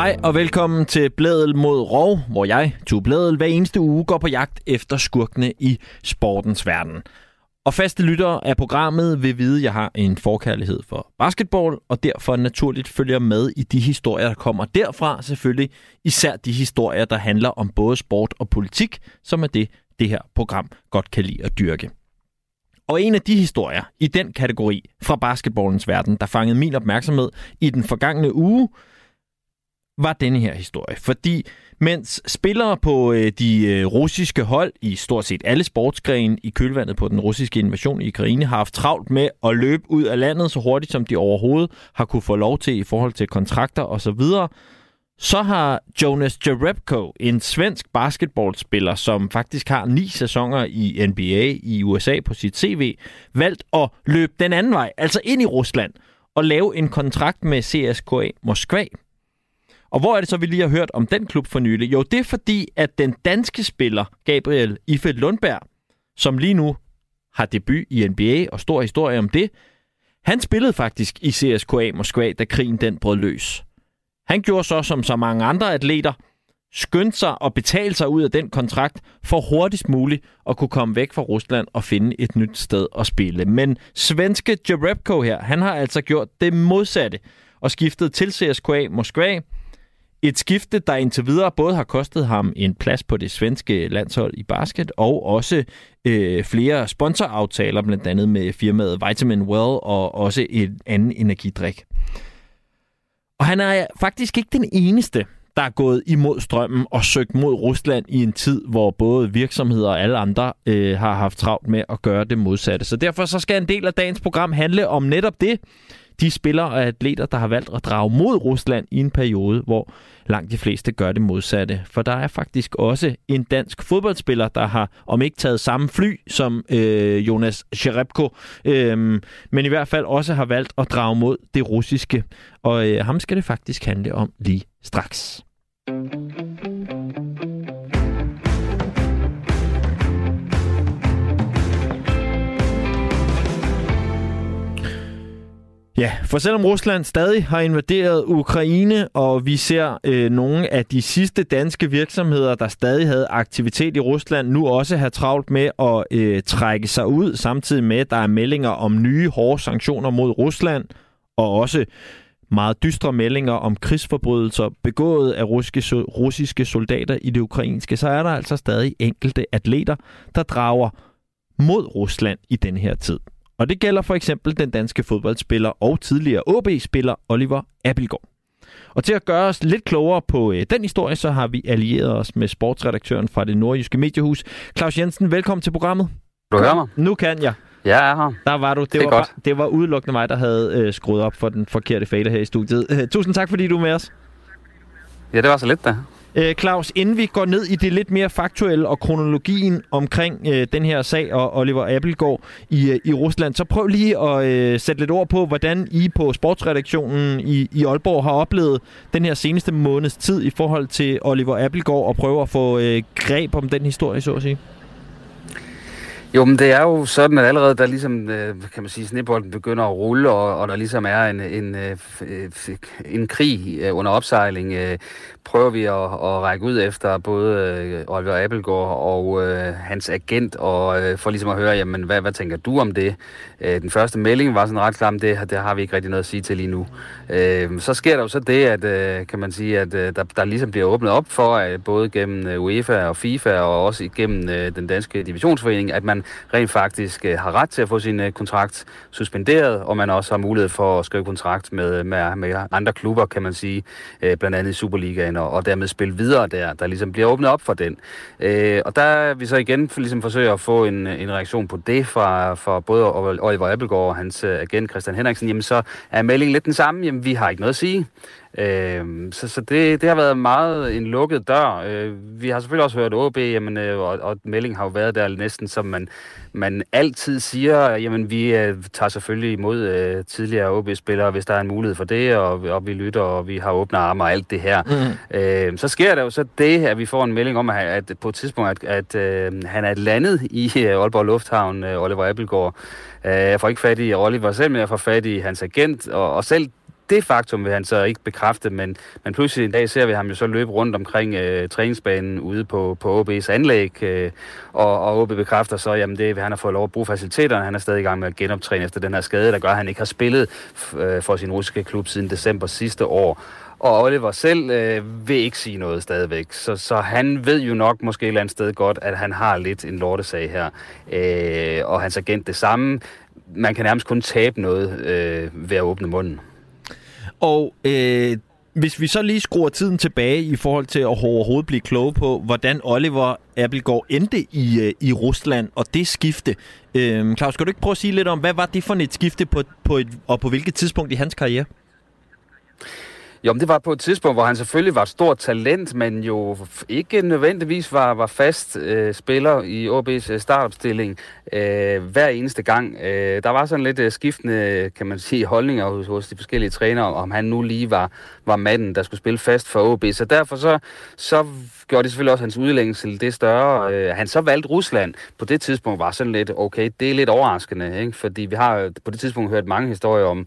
Hej og velkommen til Blædel mod Rov, hvor jeg, Tue Blædel, hver eneste uge går på jagt efter skurkene i sportens verden. Og faste lyttere af programmet vil vide, at jeg har en forkærlighed for basketball, og derfor naturligt følger med i de historier, der kommer derfra. Selvfølgelig især de historier, der handler om både sport og politik, som er det her program godt kan lide at dyrke. Og en af de historier i den kategori fra basketballens verden, der fangede min opmærksomhed i den forgangne uge, var denne her historie. Fordi mens spillere på de russiske hold i stort set alle sportsgrene i kølvandet på den russiske invasion i Ukraine har haft travlt med at løbe ud af landet så hurtigt, som de overhovedet har kunne få lov til i forhold til kontrakter osv., så har Jonas Jerebko, en svensk basketballspiller, som faktisk har 9 sæsoner i NBA i USA på sit CV, valgt at løbe den anden vej, altså ind i Rusland, og lave en kontrakt med CSKA Moskva. Og hvor er det så, vi lige har hørt om den klub for nylig? Jo, det er fordi, at den danske spiller, Gabriel Ifeldt Lundberg, som lige nu har debut i NBA og stor historie om det, han spillede faktisk i CSKA Moskva, da krigen den brød løs. Han gjorde så som mange andre atleter, skyndte sig og betalte sig ud af den kontrakt for hurtigst muligt at kunne komme væk fra Rusland og finde et nyt sted at spille. Men svenske Jerebko her, han har altså gjort det modsatte og skiftet til CSKA Moskva. Et skifte, der indtil videre både har kostet ham en plads på det svenske landshold i basket, og også flere sponsoraftaler, blandt andet med firmaet Vitamin Well og også en anden energidrik. Og han er faktisk ikke den eneste, der er gået imod strømmen og søgt mod Rusland i en tid, hvor både virksomheder og alle andre har haft travlt med at gøre det modsatte. Så derfor så skal en del af dagens program handle om netop det. De spillere og atleter, der har valgt at drage mod Rusland i en periode, hvor langt de fleste gør det modsatte. For der er faktisk også en dansk fodboldspiller, der har om ikke taget samme fly som Jonas Jerebko, men i hvert fald også har valgt at drage mod det russiske. Og ham skal det faktisk handle om lige straks. Ja, for selvom Rusland stadig har invaderet Ukraine, og vi ser nogle af de sidste danske virksomheder, der stadig havde aktivitet i Rusland, nu også have travlt med at trække sig ud, samtidig med, at der er meldinger om nye hårde sanktioner mod Rusland, og også meget dystre meldinger om krigsforbrydelser begået af russiske soldater i det ukrainske, så er der altså stadig enkelte atleter, der drager mod Rusland i den her tid. Og det gælder for eksempel den danske fodboldspiller og tidligere OB-spiller Oliver Abildgaard. Og til at gøre os lidt klogere på den historie, så har vi allieret os med sportsredaktøren fra det nordjyske mediehus, Claus Jensen. Velkommen til programmet. Du hører mig? Nu kan jeg. Jeg er her. Der var du. Det var udelukkende mig, der havde skruet op for den forkerte fader her i studiet. Tusind tak, fordi du er med os. Ja, det var så lidt da. Claus, inden vi går ned i det lidt mere faktuelle og kronologien omkring den her sag og Oliver Abildgaard i Rusland, så prøv lige at sætte lidt ord på, hvordan I på sportsredaktionen i Aalborg har oplevet den her seneste måneds tid i forhold til Oliver Abildgaard og prøve at få greb om den historie, så at sige. Jo, men det er jo sådan, at allerede der ligesom, kan man sige, snebolden begynder at rulle, og der ligesom er en krig under opsejling, prøver vi at række ud efter både Oliver Abildgaard og hans agent, og for ligesom at høre, jamen, hvad tænker du om det? Den første melding var sådan ret klar, det har vi ikke rigtig noget at sige til lige nu. Så sker der jo så det, at kan man sige, at der ligesom bliver åbnet op for, både gennem UEFA og FIFA, og også gennem den danske divisionsforening, at man rent faktisk har ret til at få sin kontrakt suspenderet, og man også har mulighed for at skrive kontrakt med andre klubber, kan man sige, blandt andet i Superligaen, og dermed spille videre der ligesom bliver åbnet op for den. Og der vi så igen ligesom forsøger at få en reaktion på det fra både Oliver Abildgaard og hans agent Christian Henriksen, jamen så er meldingen lidt den samme, jamen vi har ikke noget at sige. Så det har været meget en lukket dør. Vi har selvfølgelig også hørt OB, jamen, og meldingen har jo været der næsten, som man altid siger, jamen vi tager selvfølgelig imod tidligere OB-spillere, hvis der er en mulighed for det, og vi lytter, og vi har åbne arme og alt det her. Så sker der jo så det, at vi får en melding om, at på et tidspunkt, at han er landet i Aalborg Lufthavn, Oliver Abildgaard. Jeg får ikke fat i Oliver selv, men jeg får fat i hans agent, og selv Det faktum vil han så ikke bekræfte, men pludselig en dag ser vi ham jo så løbe rundt omkring træningsbanen ude på OB's anlæg, og OB bekræfter så, jamen han har fået lov at bruge faciliteterne, han er stadig i gang med at genoptræne efter den her skade, der gør, at han ikke har spillet for sin russiske klub siden december sidste år. Og Oliver selv vil ikke sige noget stadigvæk, så han ved jo nok måske et eller andet sted godt, at han har lidt en lortesag her, og hans agent det samme. Man kan nærmest kun tabe noget ved at åbne munden. Og hvis vi så lige skruer tiden tilbage i forhold til at overhovedet blive kloge på, hvordan Oliver Abildgaard endte i Rusland og det skifte. Claus, skal du ikke prøve at sige lidt om, hvad var det for et skifte og på hvilket tidspunkt i hans karriere? Jo, men det var på et tidspunkt, hvor han selvfølgelig var et stort talent, men jo ikke nødvendigvis var fast spiller i OB's startopstilling hver eneste gang. Der var sådan lidt skiftende, kan man sige, holdninger hos de forskellige trænere, om han nu lige var manden, der skulle spille fast for OB. Så derfor så gjorde det selvfølgelig også hans udlængsel det større. Han så valgte Rusland. På det tidspunkt var sådan lidt, okay, det er lidt overraskende, ikke? Fordi vi har på det tidspunkt hørt mange historier om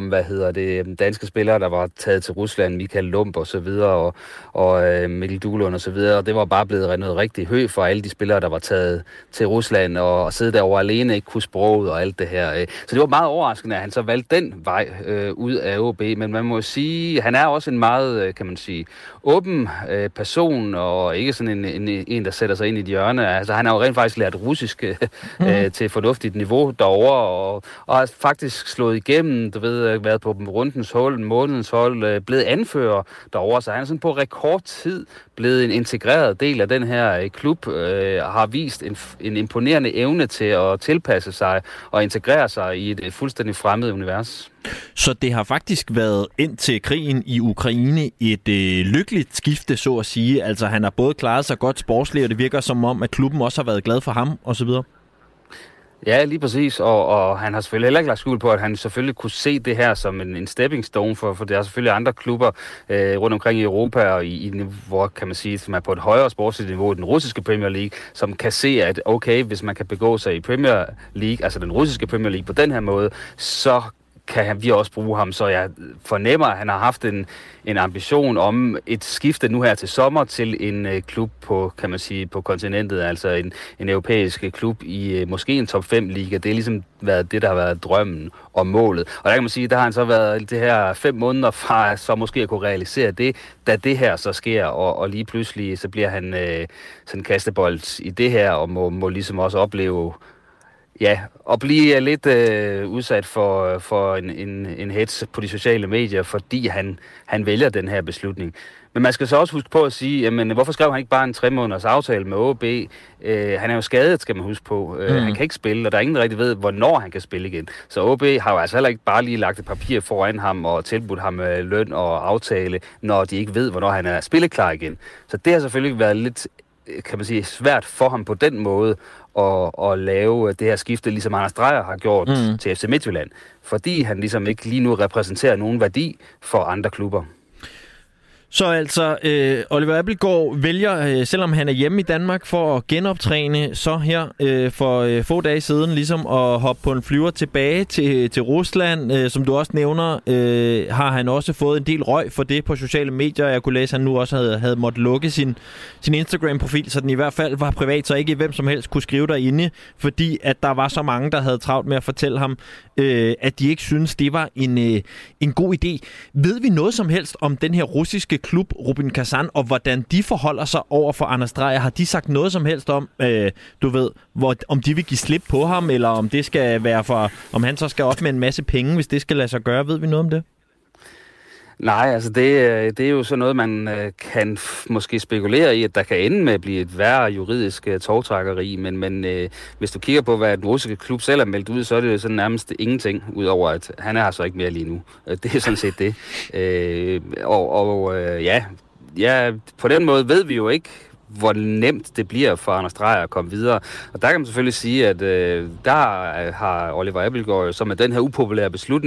danske spillere, der var taget til Rusland, Michael Lump og så videre, og Mikkel Duelund og så videre, og det var bare blevet noget rigtig høj for alle de spillere, der var taget til Rusland, og sidde derovre alene, ikke kunne sproget og alt det her. Så det var meget overraskende, at han så valgte den vej ud af OB, men man må jo sige, han er også en meget, kan man sige, åben person, og ikke sådan en, der sætter sig ind i et hjørne. Altså, han har jo rent faktisk lært russisk til et fornuftigt niveau derovre, og har faktisk slået igennem, du ved, været på rundens hold, månedens hold, blevet anfører derovre, så han er sådan på rekordtid blevet en integreret del af den her klub, har vist en imponerende evne til at tilpasse sig og integrere sig i et fuldstændig fremmed univers. Så det har faktisk været indtil krigen i Ukraine et lykkeligt skifte, så at sige. Altså han har både klaret sig godt sportsligt, og det virker som om, at klubben også har været glad for ham osv. Ja, lige præcis, og han har selvfølgelig heller ikke lagt skjul på, at han selvfølgelig kunne se det her som en stepping stone, for der er selvfølgelig andre klubber rundt omkring i Europa, og i hvor kan man sige, som er på et højere sportsligt niveau i den russiske Premier League, som kan se, at okay, hvis man kan begå sig i Premier League, altså den russiske Premier League på den her måde, så kan vi også bruge ham, så jeg fornemmer, at han har haft en ambition om et skifte nu her til sommer til en klub på, kan man sige, på kontinentet, altså en europæisk klub i måske en top 5 liga. Det er ligesom været det, der har været drømmen og målet. Og der kan man sige, der har han så været det her 5 måneder fra så måske at kunne realisere det, da det her så sker, og lige pludselig så bliver han sådan kastebold i det her, og må ligesom også opleve og blive lidt udsat for en hets på de sociale medier, fordi han vælger den her beslutning. Men man skal så også huske på at sige, jamen, hvorfor skrev han ikke bare en 3 måneders aftale med OB? Han er jo skadet, skal man huske på. Han kan ikke spille, og der er ingen, der rigtig ved, hvornår han kan spille igen. Så OB har jo altså heller ikke bare lige lagt et papir foran ham og tilbudt ham løn og aftale, når de ikke ved, hvornår han er spilleklar igen. Så det har selvfølgelig været lidt, kan man sige, svært for ham på den måde at lave det her skifte, ligesom Anders Dreyer har gjort til FC Midtjylland, fordi han ligesom ikke lige nu repræsenterer nogen værdi for andre klubber. Så altså, Oliver Abildgaard vælger, selvom han er hjemme i Danmark, for at genoptræne, så her for få dage siden, ligesom at hoppe på en flyver tilbage til Rusland. Som du også nævner, har han også fået en del røg for det på sociale medier. Jeg kunne læse, at han nu også havde måttet lukke sin Instagram-profil, så den i hvert fald var privat, så ikke hvem som helst kunne skrive derinde, fordi at der var så mange, der havde travlt med at fortælle ham, at de ikke synes det var en god idé. Ved vi noget som helst om den her russiske klub, Rubin Kazan, og hvordan de forholder sig over for Anders Dreyer? Har de sagt noget som helst om, du ved, om de vil give slip på ham, eller om det skal være om han så skal op med en masse penge, hvis det skal lade sig gøre? Ved vi noget om det? Nej, altså det er jo så noget, man kan måske spekulere i, at der kan ende med at blive et værre juridisk tovtrækkeri, men hvis du kigger på, hvad den russiske klub selv har meldt ud, så er det jo sådan nærmest ingenting, udover at han er altså ikke mere lige nu. Det er sådan set det. På den måde ved vi jo ikke, hvor nemt det bliver for Anders Dreyer at komme videre. Og der kan man selvfølgelig sige, at der har Oliver Abildgaard, som er den her upopulære beslutning,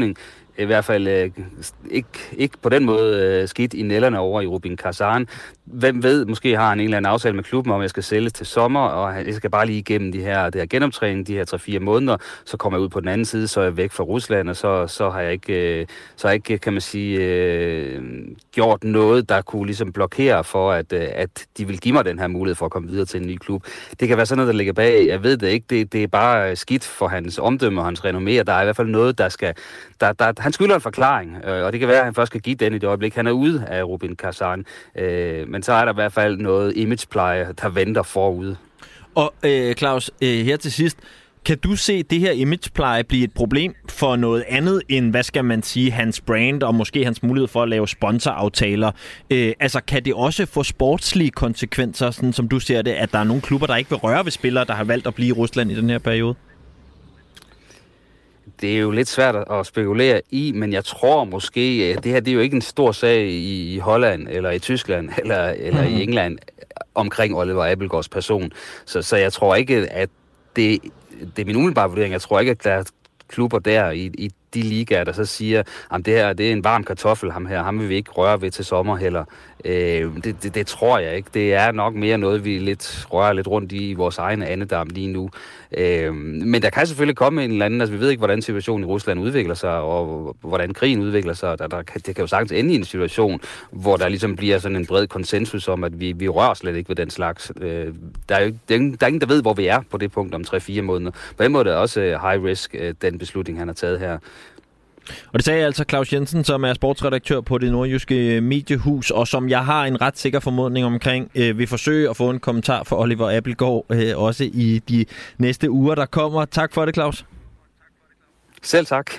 i hvert fald ikke på den måde skidt i nælderne over i Rubin Kazan. Hvem ved, måske har han en eller anden aftale med klubben om, at jeg skal sælges til sommer, og jeg skal bare lige igennem det her genoptræning, de her 3-4 måneder, så kommer jeg ud på den anden side, så er jeg væk fra Rusland, og så har jeg ikke, kan man sige, gjort noget, der kunne ligesom blokere for, at de vil give mig den her mulighed for at komme videre til en ny klub. Det kan være sådan noget, der ligger bag. Jeg ved det ikke. Det er bare skidt for hans omdømme og hans renommé, og der er i hvert fald noget, der skal... Han skylder en forklaring, og det kan være, at han først skal give den i det øjeblik. Han er ude af Rubin Kazan, men så er der i hvert fald noget imagepleje, der venter forude. Og Claus, her til sidst, kan du se det her imagepleje blive et problem for noget andet end, hvad skal man sige, hans brand og måske hans mulighed for at lave sponsoraftaler? Altså, kan det også få sportslige konsekvenser, sådan som du ser det, at der er nogle klubber, der ikke vil røre ved spillere, der har valgt at blive i Rusland i den her periode? Det er jo lidt svært at spekulere i, men jeg tror måske, at det her det er jo ikke en stor sag i Holland, eller i Tyskland, eller i England, omkring Oliver Abildgaards person. Så jeg tror ikke, at det er min umiddelbare vurdering. Jeg tror ikke, at der er klubber der i de ligaer, der så siger, at det her det er en varm kartoffel, ham vil vi ikke røre ved til sommer heller. Det tror jeg ikke. Det er nok mere noget, vi rører lidt rundt i vores egen andedam lige nu. Men der kan selvfølgelig komme en eller anden, altså vi ved ikke, hvordan situationen i Rusland udvikler sig, og hvordan krigen udvikler sig. Det kan jo sagtens ende i en situation, hvor der ligesom bliver sådan en bred konsensus om, at vi rører slet ikke ved den slags. Der er ingen, der ved, hvor vi er på det punkt om 3-4 måneder. På den måde er det også high risk, den beslutning, han har taget her. Og det sagde altså Claus Jensen, som er sportsredaktør på Det Nordjyske Mediehus, og som jeg har en ret sikker formodning omkring, vil forsøge at få en kommentar fra Oliver Abildgaard også i de næste uger, der kommer. Tak for det, Claus. Selv tak.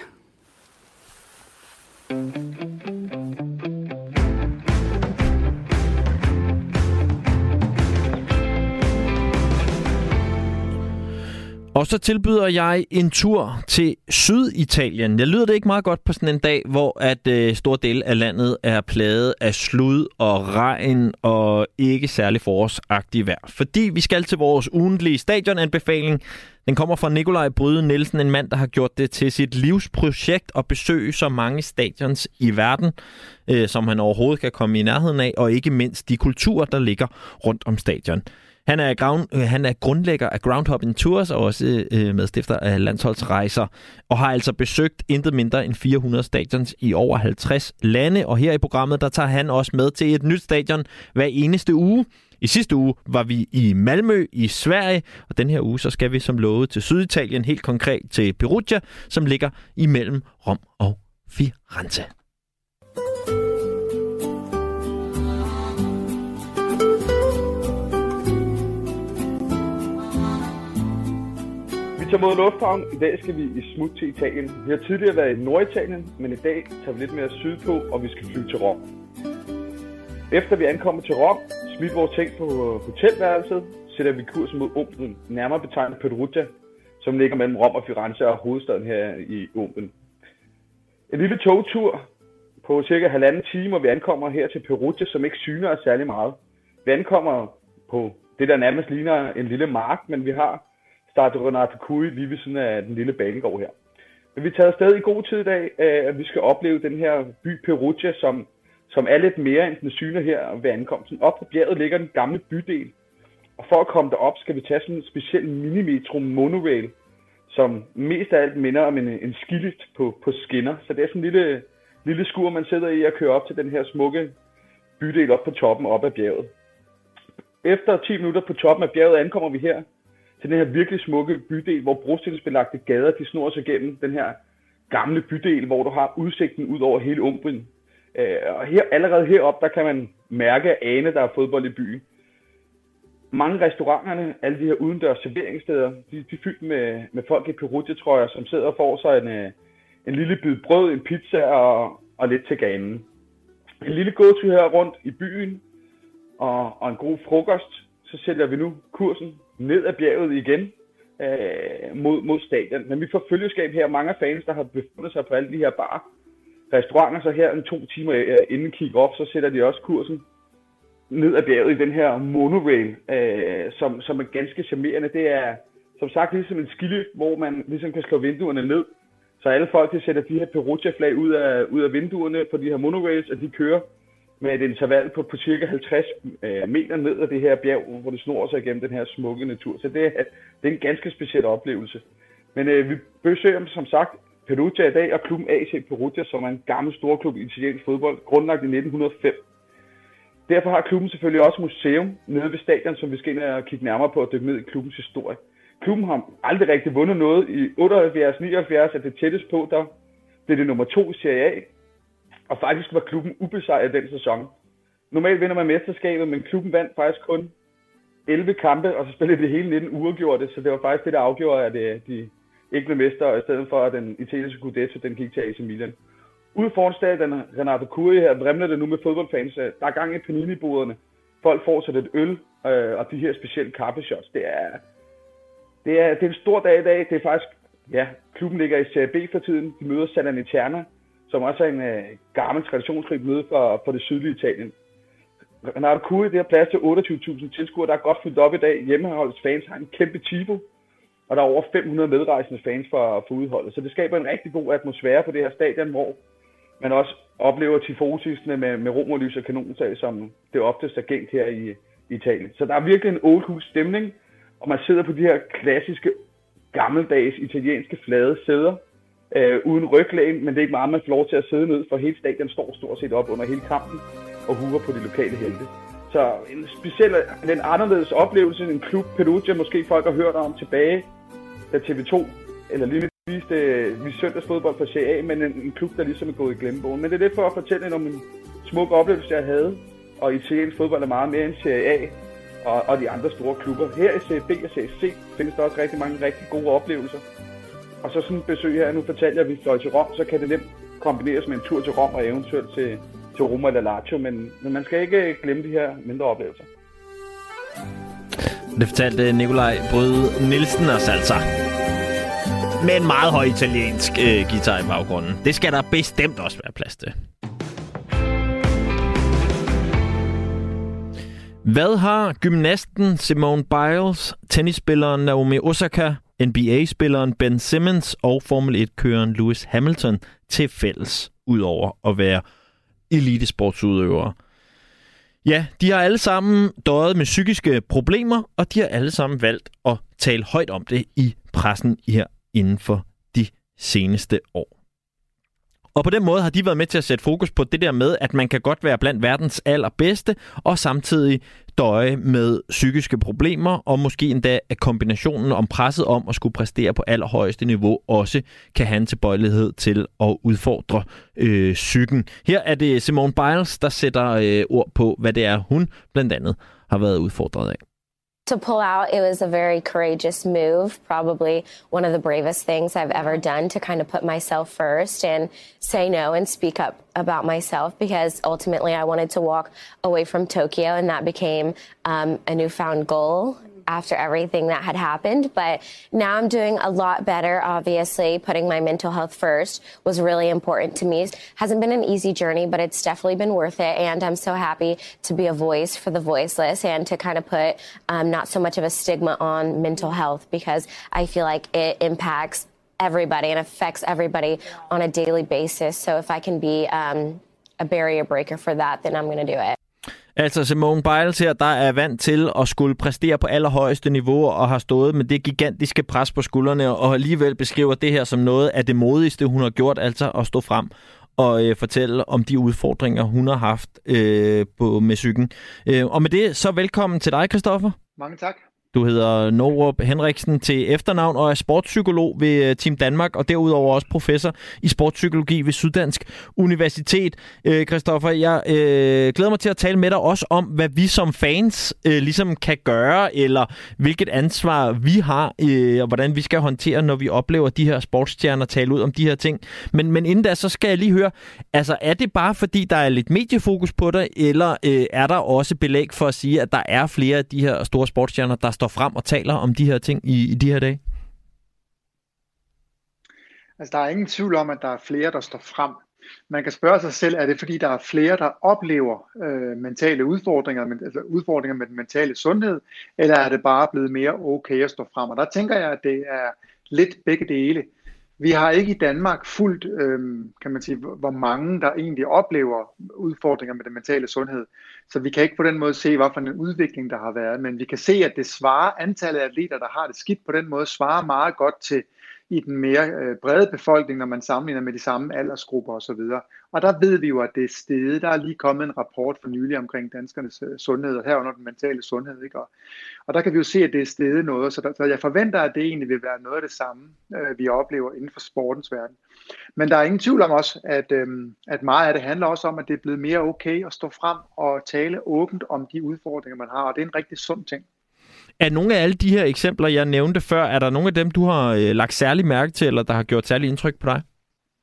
Og så tilbyder jeg en tur til Syditalien. Jeg lyder det ikke meget godt på sådan en dag, hvor at store dele af landet er plaget af slud og regn og ikke særlig forårsagtig vejr. Fordi vi skal til vores ugentlige stadionanbefaling. Den kommer fra Nikolaj Bryde Nielsen, en mand, der har gjort det til sit livsprojekt at besøge så mange stadions i verden, som han overhovedet kan komme i nærheden af, og ikke mindst de kulturer, der ligger rundt om stadion. Han er grundlægger af Groundhopping Tours og også medstifter af Landsholdsrejser, og har altså besøgt intet mindre end 400 stadions i over 50 lande. Og her i programmet, der tager han også med til et nyt stadion hver eneste uge. I sidste uge var vi i Malmø i Sverige, og den her uge så skal vi som lovet til Syditalien, helt konkret til Perugia, som ligger imellem Rom og Firenze. Så mod lufthavn. I dag skal vi i smut til Italien. Vi har tidligere været i Norditalien, men i dag tager vi lidt mere sydpå, og vi skal flyve til Rom. Efter vi ankommer til Rom, smider vores ting på hotelværelset, sætter vi kursen mod Umbren, nærmere betegnet Perugia, som ligger mellem Rom og Firenze og hovedstaden her i Umbren. En lille togtur på cirka 1,5 time, og vi ankommer her til Perugia, som ikke syner os særlig meget. Vi ankommer på det, der nærmest ligner en lille mark, men vi har Stade Renato Cui lige ved siden af den lille banegård her. Men vi tager afsted i god tid i dag, at vi skal opleve den her by Perugia, som er lidt mere end den syner her ved ankomsten. Op på bjerget ligger den gamle bydel, og for at komme derop skal vi tage sådan en speciel minimetro monorail, som mest af alt minder om en skilift på skinner. Så det er sådan en lille skur, man sidder i og kører op til den her smukke bydel op på toppen op af bjerget. Efter 10 minutter på toppen af bjerget ankommer vi her til den her virkelig smukke bydel, hvor brostensbelagte gader de snor sig gennem den her gamle bydel, hvor du har udsigten ud over hele Umbrien. Og allerede heroppe, der kan man mærke og ane, der er fodbold i byen. Mange restauranterne, alle de her udendørs serveringssteder, de er fyldt med folk i Perugia-trøjer, som sidder og får sig en lille bid brød, en pizza og lidt til ganen. En lille gåtur her rundt i byen og en god frokost, så sætter vi nu kursen ned ad bjerget igen mod stadion. Men vi får følgeskab her. Mange af fans, der har befundet sig på alle de her barer, restauranter, så her 2 timer inden kick-off, så sætter de også kursen ned ad bjerget i den her monorail, som er ganske charmerende. Det er som sagt ligesom en skilift, hvor man ligesom kan slå vinduerne ned, Så alle folk, de sætter de her Perugia-flag ud af vinduerne på de her monorails, og de kører med et interval på cirka 50 meter ned af det her bjerg, hvor det snor sig igennem den her smukke natur. Så det er en ganske speciel oplevelse. Men vi besøger som sagt Perugia i dag, og klubben AC Perugia, som er en gammel storklub i italiensk fodbold, grundlagt i 1905. Derfor har klubben selvfølgelig også museum nede ved stadion, som vi skal ind og kigge nærmere på og dykke ned i klubbens historie. Klubben har aldrig rigtig vundet noget. I 78-79 er det tættest på, der blev det nummer 2 i Serie A. Og faktisk var klubben ubesejret den sæson. Normalt vinder man mesterskabet, men klubben vandt faktisk kun 11 kampe, og så spillede det hele 19 uafgjorte. Så det var faktisk det, der afgjorde, at de ikke blev mestre, i stedet for at den italienske Scudetto, den gik til AC Milan. Ude foran stadion Renato Curri her vrimler det nu med fodboldfans. Der er gang i panini-boderne. Folk får sig lidt øl og de her specielle kaffeshots. Det er en stor dag i dag. Det er faktisk, klubben ligger i Serie B for tiden. De møder Salernitana, som også er en gammel traditionsrig møde for det sydlige Italien. Renato Curri, det har plads til 28.000 tilskuere, der er godt fyldt op i dag. Hjemmeholdets fans har en kæmpe tifo, og der er over 500 medrejsende fans for udholdet. Så det skaber en rigtig god atmosfære på det her stadion, hvor man også oplever tifosisene med romerlys og kanonsag, som det oftest er gængt her i Italien. Så der er virkelig en old school stemning, og man sidder på de her klassiske, gammeldags italienske flade sæder, uden ryglæn, men det er ikke meget, man får lov til at sidde ned, for hele stadion står stort set op under hele kampen og huger på de lokale helte. Så en speciel, en anderledes oplevelse, en klub Perugia, måske folk har hørt om tilbage, da TV2 eller lige viste søndagsfodbold for Serie A, men en klub, der ligesom er gået i glemmebogen. Men det er lidt for at fortælle om en smuk oplevelse, jeg havde, og italiensk fodbold er meget mere end Serie A og de andre store klubber. Her i Serie B og Serie C findes der også rigtig mange rigtig gode oplevelser. Og så sådan et besøg her, nu fortalte jeg, at vi fløj til Rom, så kan det nemt kombineres med en tur til Rom og eventuelt til Roma eller Lazio, men man skal ikke glemme de her mindre oplevelser. Det fortalte Nikolaj Bryde Nielsen os altså. Med en meget høj italiensk guitar i baggrunden. Det skal der bestemt også være plads til. Hvad har gymnasten Simone Biles, tennisspilleren Naomi Osaka, NBA-spilleren Ben Simmons og Formel 1-køreren Lewis Hamilton til fælles, udover at være elitesportsudøvere? Ja, de har alle sammen døjet med psykiske problemer, og de har alle sammen valgt at tale højt om det i pressen her inden for de seneste år. Og på den måde har de været med til at sætte fokus på det der med, at man kan godt være blandt verdens allerbedste, og samtidig døje med psykiske problemer, og måske endda at kombinationen om presset om at skulle præstere på allerhøjeste niveau også kan have en tilbøjelighed til at udfordre psyken. Her er det Simone Biles, der sætter ord på, hvad det er, hun blandt andet har været udfordret af. To pull out, it was a very courageous move, probably one of the bravest things I've ever done, to kind of put myself first and say no and speak up about myself, because ultimately I wanted to walk away from Tokyo, and that became a newfound goal after everything that had happened. But now I'm doing a lot better. Obviously, putting my mental health first was really important to me. It hasn't been an easy journey, but it's definitely been worth it. And I'm so happy to be a voice for the voiceless and to kind of put not so much of a stigma on mental health, because I feel like it impacts everybody and affects everybody on a daily basis. So if I can be a barrier breaker for that, then I'm going to do it. Altså Simone Biles her, der er vant til at skulle præstere på allerhøjeste niveau og har stået med det gigantiske pres på skuldrene, og alligevel beskriver det her som noget af det modigste, hun har gjort, altså at stå frem og fortælle om de udfordringer, hun har haft med psyken. Og med det, så velkommen til dig, Christoffer. Mange tak. Du hedder Norup Henriksen til efternavn og er sportspsykolog ved Team Danmark, og derudover også professor i sportspsykologi ved Syddansk Universitet. Christoffer, jeg glæder mig til at tale med dig også om, hvad vi som fans ligesom kan gøre, eller hvilket ansvar vi har, og hvordan vi skal håndtere, når vi oplever de her sportsstjerner tale ud om de her ting. Men inden da, så skal jeg lige høre, altså er det bare fordi, der er lidt mediefokus på dig, eller er der også belæg for at sige, at der er flere af de her store sportsstjerner, der står frem og taler om de her ting i de her dage? Altså, der er ingen tvivl om, at der er flere, der står frem. Man kan spørge sig selv, er det fordi, der er flere, der oplever mentale udfordringer, altså udfordringer med den mentale sundhed, eller er det bare blevet mere okay at stå frem? Og der tænker jeg, at det er lidt begge dele. Vi har ikke i Danmark fuldt, kan man sige, hvor mange der egentlig oplever udfordringer med den mentale sundhed. Så vi kan ikke på den måde se, hvad for en udvikling der har været. Men vi kan se, at det svarer antallet af atleter, der har det skidt på den måde, svarer meget godt til i den mere brede befolkning, når man sammenligner med de samme aldersgrupper osv. Og der ved vi jo, at det er steget. Der er lige kommet en rapport for nylig omkring danskernes sundhed, og herunder den mentale sundhed. Ikke? Og der kan vi jo se, at det er steget noget, så jeg forventer, at det egentlig vil være noget af det samme, vi oplever inden for sportens verden. Men der er ingen tvivl om også, at meget af det handler også om, at det er blevet mere okay at stå frem og tale åbent om de udfordringer, man har, og det er en rigtig sund ting. Er nogle af alle de her eksempler, jeg nævnte før, er der nogle af dem, du har lagt særlig mærke til, eller der har gjort særlig indtryk på dig?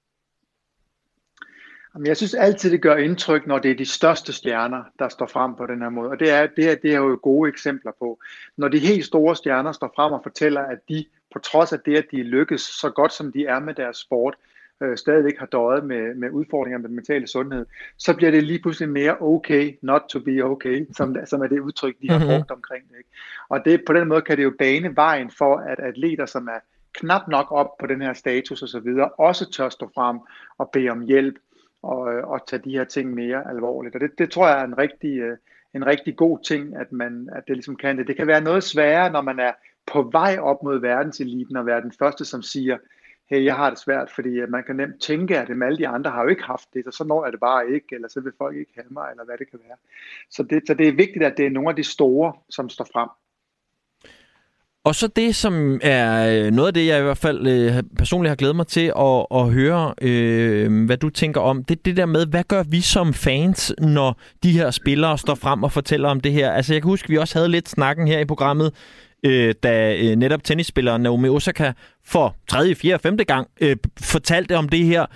Jeg synes altid, det gør indtryk, når det er de største stjerner, der står frem på den her måde. Og det er jo gode eksempler på. Når de helt store stjerner står frem og fortæller, at de, på trods af det, at de lykkes så godt, som de er med deres sport, stadigvæk har døjet med udfordringer med den mentale sundhed, så bliver det lige pludselig mere okay, not to be okay, som er det udtryk, de har brugt omkring det. Ikke? Og det, på den måde kan det jo bane vejen for, at atleter, som er knap nok op på den her status osv., også tør stå frem og bede om hjælp og tage de her ting mere alvorligt. Og det tror jeg er en rigtig god ting, at det ligesom kan det. Det kan være noget sværere, når man er på vej op mod verdenseliten og være den første, som siger, hey, jeg har det svært, fordi man kan nemt tænke, at alle de andre har jo ikke haft det, og så når jeg det bare ikke, eller så vil folk ikke have mig, eller hvad det kan være. Så det er vigtigt, at det er nogle af de store, som står frem. Og så det, som er noget af det, jeg i hvert fald personligt har glædet mig til at høre, hvad du tænker om, det er det der med, hvad gør vi som fans, når de her spillere står frem og fortæller om det her? Altså jeg kan huske, vi også havde lidt snakken her i programmet, da netop tennisspilleren Naomi Osaka for 3., 4., 5. gang fortalte om det her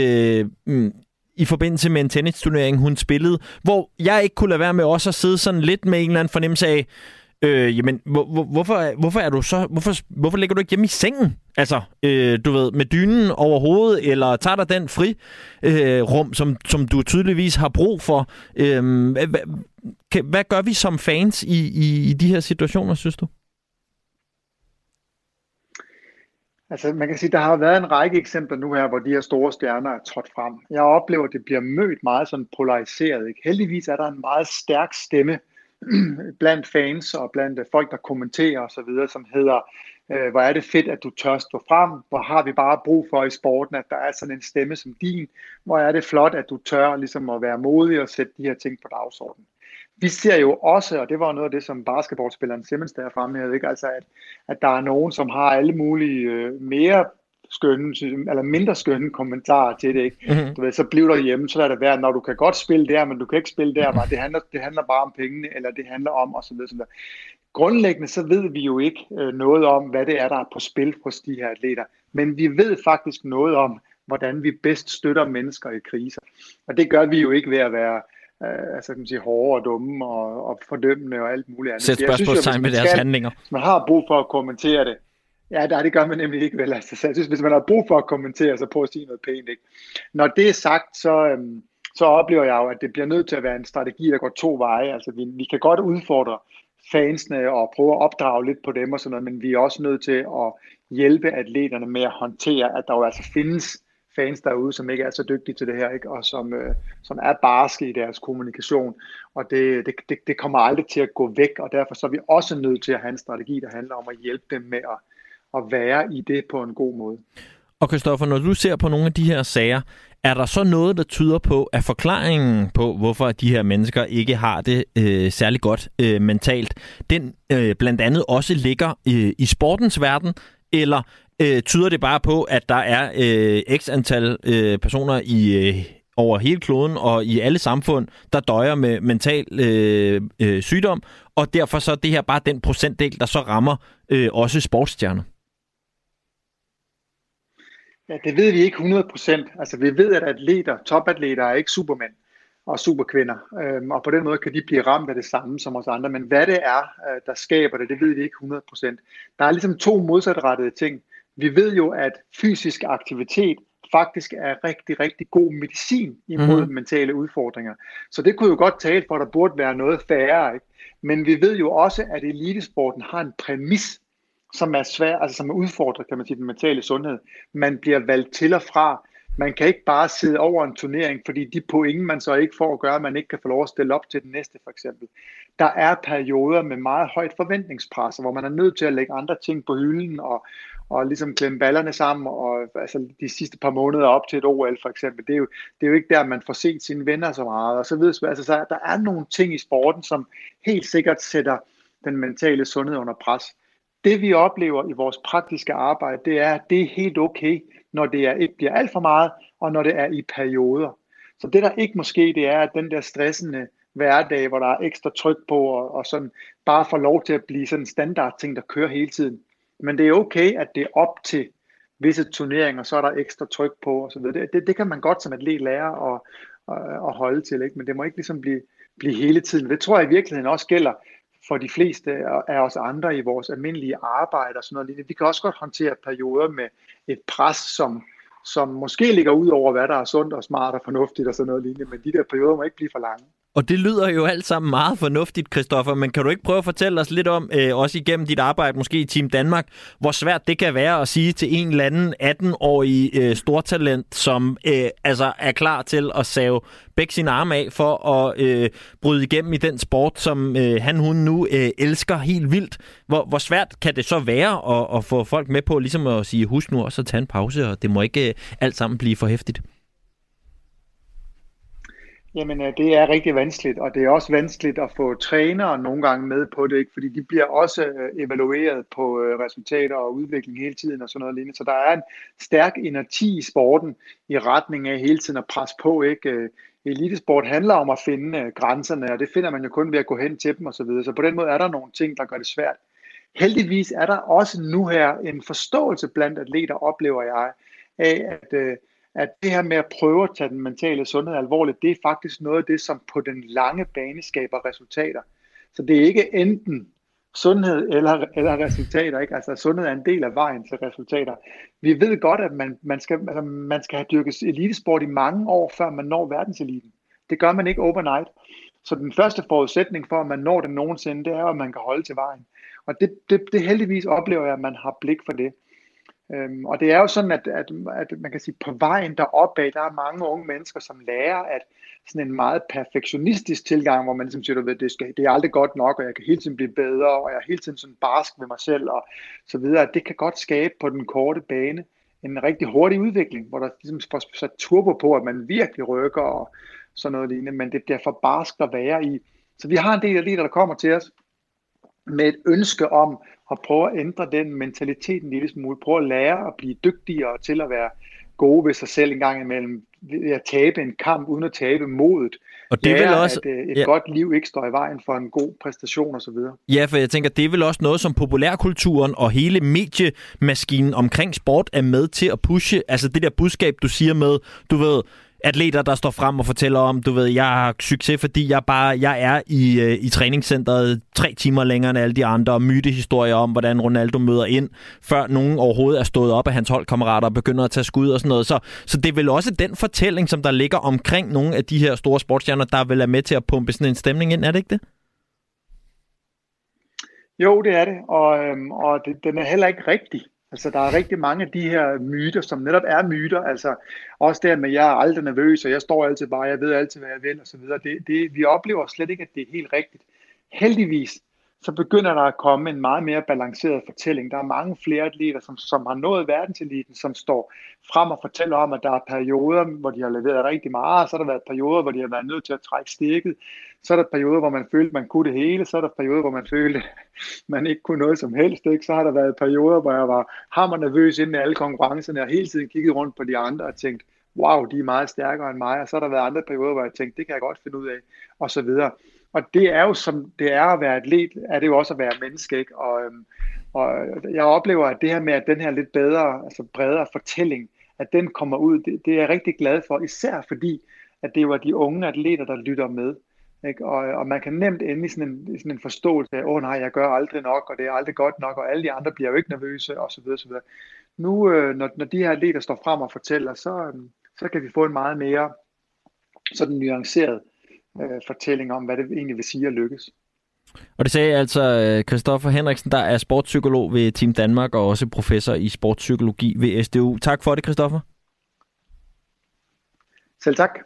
i forbindelse med en tennisturnering, hun spillede, hvor jeg ikke kunne lade være med også at sidde sådan lidt med en eller anden fornemmelse af, jamen, hvorfor ligger du ikke hjemme i sengen? Altså, du ved, med dynen over hovedet, eller tager dig den rum, som du tydeligvis har brug for. Hvad gør vi som fans i de her situationer, synes du? Altså, man kan sige, der har været en række eksempler nu her, hvor de her store stjerner er trådt frem. Jeg oplever, at det bliver mødt meget sådan polariseret. Ikke? Heldigvis er der en meget stærk stemme blandt fans og blandt folk, der kommenterer osv., som hedder, hvor er det fedt, at du tør stå frem, hvor har vi bare brug for i sporten, at der er sådan en stemme som din, hvor er det flot, at du tør ligesom at være modig og sætte de her ting på dagsordenen. Vi ser jo også, og det var noget af det, som basketballspilleren Simmons der fremhævede, ikke? Altså at der er nogen, som har alle mulige mere skønne, eller mindre skønne kommentarer til det, ikke? Mm-hmm. Du ved, så bliver der hjemme, så lader det være, når du kan godt spille der, men du kan ikke spille der, det handler bare om pengene, eller det handler om, og så videre. Grundlæggende så ved vi jo ikke noget om, hvad det er, der er på spil hos de her atleter, men vi ved faktisk noget om, hvordan vi bedst støtter mennesker i kriser. Og det gør vi jo ikke ved at være kan man sige, hårde og dumme og fordømmende og alt muligt andet. Sæt spørgsmålstegn med deres handlinger. Hvis man har brug for at kommentere det, ja, det gør man nemlig ikke vel. Altså, så jeg synes, hvis man har brug for at kommentere, så prøv at sige noget pænt. Ikke? Når det er sagt, så oplever jeg jo, at det bliver nødt til at være en strategi, der går to veje. Altså, vi kan godt udfordre fansene og prøve at opdrage lidt på dem og sådan noget, men vi er også nødt til at hjælpe atleterne med at håndtere, at der jo altså findes fans derude, som ikke er så dygtige til det her, ikke? Og som er barske i deres kommunikation, og det kommer aldrig til at gå væk, og derfor så er vi også nødt til at have en strategi, der handler om at hjælpe dem med at være i det på en god måde. Og Christoffer, når du ser på nogle af de her sager, er der så noget, der tyder på, at forklaringen på, hvorfor de her mennesker ikke har det særlig godt mentalt, den blandt andet også ligger i sportens verden, eller tyder det bare på, at der er x antal personer over hele kloden og i alle samfund, der døjer med mental sygdom, og derfor så er det her bare den procentdel, der så rammer også sportsstjerner? Ja, det ved vi ikke 100%. Altså vi ved, at topatleter er ikke supermænd og superkvinder, og på den måde kan de blive ramt af det samme som os andre, men hvad det er, der skaber det ved vi ikke 100%. Der er ligesom to modsatrettede ting. Vi ved jo, at fysisk aktivitet faktisk er rigtig, rigtig god medicin imod mentale udfordringer. Så det kunne jo godt tale for, at der burde være noget færre, ikke? Men vi ved jo også, at elitesporten har en præmis, som er svær, altså som er udfordret, kan man sige, den mentale sundhed. Man bliver valgt til og fra. Man kan ikke bare sidde over en turnering, fordi de point, man så ikke får at gøre, man ikke kan få lov at stille op til den næste, for eksempel. Der er perioder med meget højt forventningspres, hvor man er nødt til at lægge andre ting på hylden, og ligesom klemme ballerne sammen, og altså de sidste par måneder op til et OL, for eksempel. Det er jo ikke der, man får set sine venner så meget, og så videre. Altså, så der er nogle ting i sporten, som helt sikkert sætter den mentale sundhed under pres. Det vi oplever i vores praktiske arbejde, det er, at det er helt okay, når det ikke bliver alt for meget, og når det er i perioder. Så det der ikke må ske, det er, at den der stressende hverdag, hvor der er ekstra tryk på, og sådan bare får lov til at blive sådan en standardting, der kører hele tiden. Men det er okay, at det er op til visse turneringer, så er der ekstra tryk på, og så videre. Det kan man godt som atlet lære at holde til, ikke? Men det må ikke ligesom blive hele tiden. Det tror jeg i virkeligheden også gælder for de fleste af os andre i vores almindelige arbejde og sådan noget lignende. Vi kan også godt håndtere perioder med et pres, som måske ligger ud over, hvad der er sundt og smart og fornuftigt og sådan noget lignende, men de der perioder må ikke blive for lange. Og det lyder jo alt sammen meget fornuftigt, Christoffer, men kan du ikke prøve at fortælle os lidt om, også igennem dit arbejde, måske i Team Danmark, hvor svært det kan være at sige til en eller anden 18-årig stortalent, som altså er klar til at save begge sine arme af for at bryde igennem i den sport, som hun nu elsker helt vildt. Hvor svært kan det så være at få folk med på ligesom at sige, husk nu også at tage en pause, og det må ikke alt sammen blive for heftigt? Jamen, det er rigtig vanskeligt, og det er også vanskeligt at få trænere nogle gange med på det, ikke? Fordi de bliver også evalueret på resultater og udvikling hele tiden og sådan noget lignende. Så der er en stærk inerti i sporten i retning af hele tiden at presse på, ikke? Elitesport handler om at finde grænserne, og det finder man jo kun ved at gå hen til dem og så videre. Så på den måde er der nogle ting, der gør det svært. Heldigvis er der også nu her en forståelse blandt atleter, oplever jeg, af at det her med at prøve at tage den mentale sundhed alvorligt, det er faktisk noget af det, som på den lange bane skaber resultater. Så det er ikke enten sundhed eller resultater, ikke? Altså sundhed er en del af vejen til resultater. Vi ved godt, at man skal have dyrket elitesport i mange år, før man når verdenseliten. Det gør man ikke overnight. Så den første forudsætning for, at man når det nogensinde, det er, at man kan holde til vejen. Og det heldigvis oplever jeg, at man har blik for det. Og det er jo sådan, at man kan sige, på vejen deropad, der er mange unge mennesker, som lærer, at sådan en meget perfektionistisk tilgang, hvor man ligesom siger, det er aldrig godt nok, og jeg kan hele tiden blive bedre, og jeg er hele tiden sådan barsk ved mig selv, og så videre, at det kan godt skabe på den korte bane en rigtig hurtig udvikling, hvor der ligesom får sat turbo på, at man virkelig rykker, og sådan noget lignende, men det bliver for barsk at være i. Så vi har en del atleter, der kommer til os med et ønske om at prøve at ændre den mentalitet en lille smule, prøve at lære at blive dygtigere til at være gode ved sig selv en gang imellem, ved at tabe en kamp uden at tabe modet. Og det er vel også at et godt liv ikke står i vejen for en god præstation og så videre. Ja, for jeg tænker, det er vel også noget, som populærkulturen og hele mediemaskinen omkring sport er med til at pushe. Altså det der budskab, du siger med, du ved, atleter, der står frem og fortæller om, du ved, jeg har succes, fordi jeg er i træningscenteret 3 timer længere end alle de andre, og mytehistorier om, hvordan Ronaldo møder ind, før nogen overhovedet er stået op af hans holdkammerater og begynder at tage skud og sådan noget. Så det er vel også den fortælling, som der ligger omkring nogle af de her store sportsstjerner, der vil være med til at pumpe sådan en stemning ind, er det ikke det? Jo, det er det, og den er heller ikke rigtig. Altså, der er rigtig mange af de her myter, som netop er myter, altså også der med, jeg er aldrig nervøs, og jeg står altid bare, jeg ved altid, hvad jeg vil, og så videre. Vi oplever slet ikke, at det er helt rigtigt. Heldigvis, så begynder der at komme en meget mere balanceret fortælling. Der er mange flere atleter, som har nået verdenseliten, som står frem og fortæller om, at der er perioder, hvor de har leveret rigtig meget, så har der været perioder, hvor de har været nødt til at trække stikket, så er der perioder, hvor man følte, man kunne det hele, så er der perioder, hvor man følte, man ikke kunne noget som helst, ikke? Så har der været perioder, hvor jeg var hammernervøs inden alle konkurrencerne, og hele tiden kiggede rundt på de andre og tænkte, wow, de er meget stærkere end mig, og så har der været andre perioder, hvor jeg tænkte, det kan jeg godt finde ud af, og så videre. Og det er jo, som det er at være atlet, er det jo også at være menneske, ikke? Og jeg oplever, at det her med, at den her lidt bedre, altså bredere fortælling, at den kommer ud, det er jeg rigtig glad for, især fordi, at det var de unge atleter, der lytter med. Ikke? Og man kan nemt ende i sådan en forståelse af, nej, jeg gør aldrig nok, og det er aldrig godt nok, og alle de andre bliver jo ikke nervøse, og så videre, så videre. Nu, når de her atleter står frem og fortæller, så kan vi få en meget mere sådan nuanceret fortælling om, hvad det egentlig vil sige at lykkes. Og det sagde altså Christoffer Henriksen, der er sportspsykolog ved Team Danmark og også professor i sportspsykologi ved SDU. Tak for det, Christoffer. Selv tak.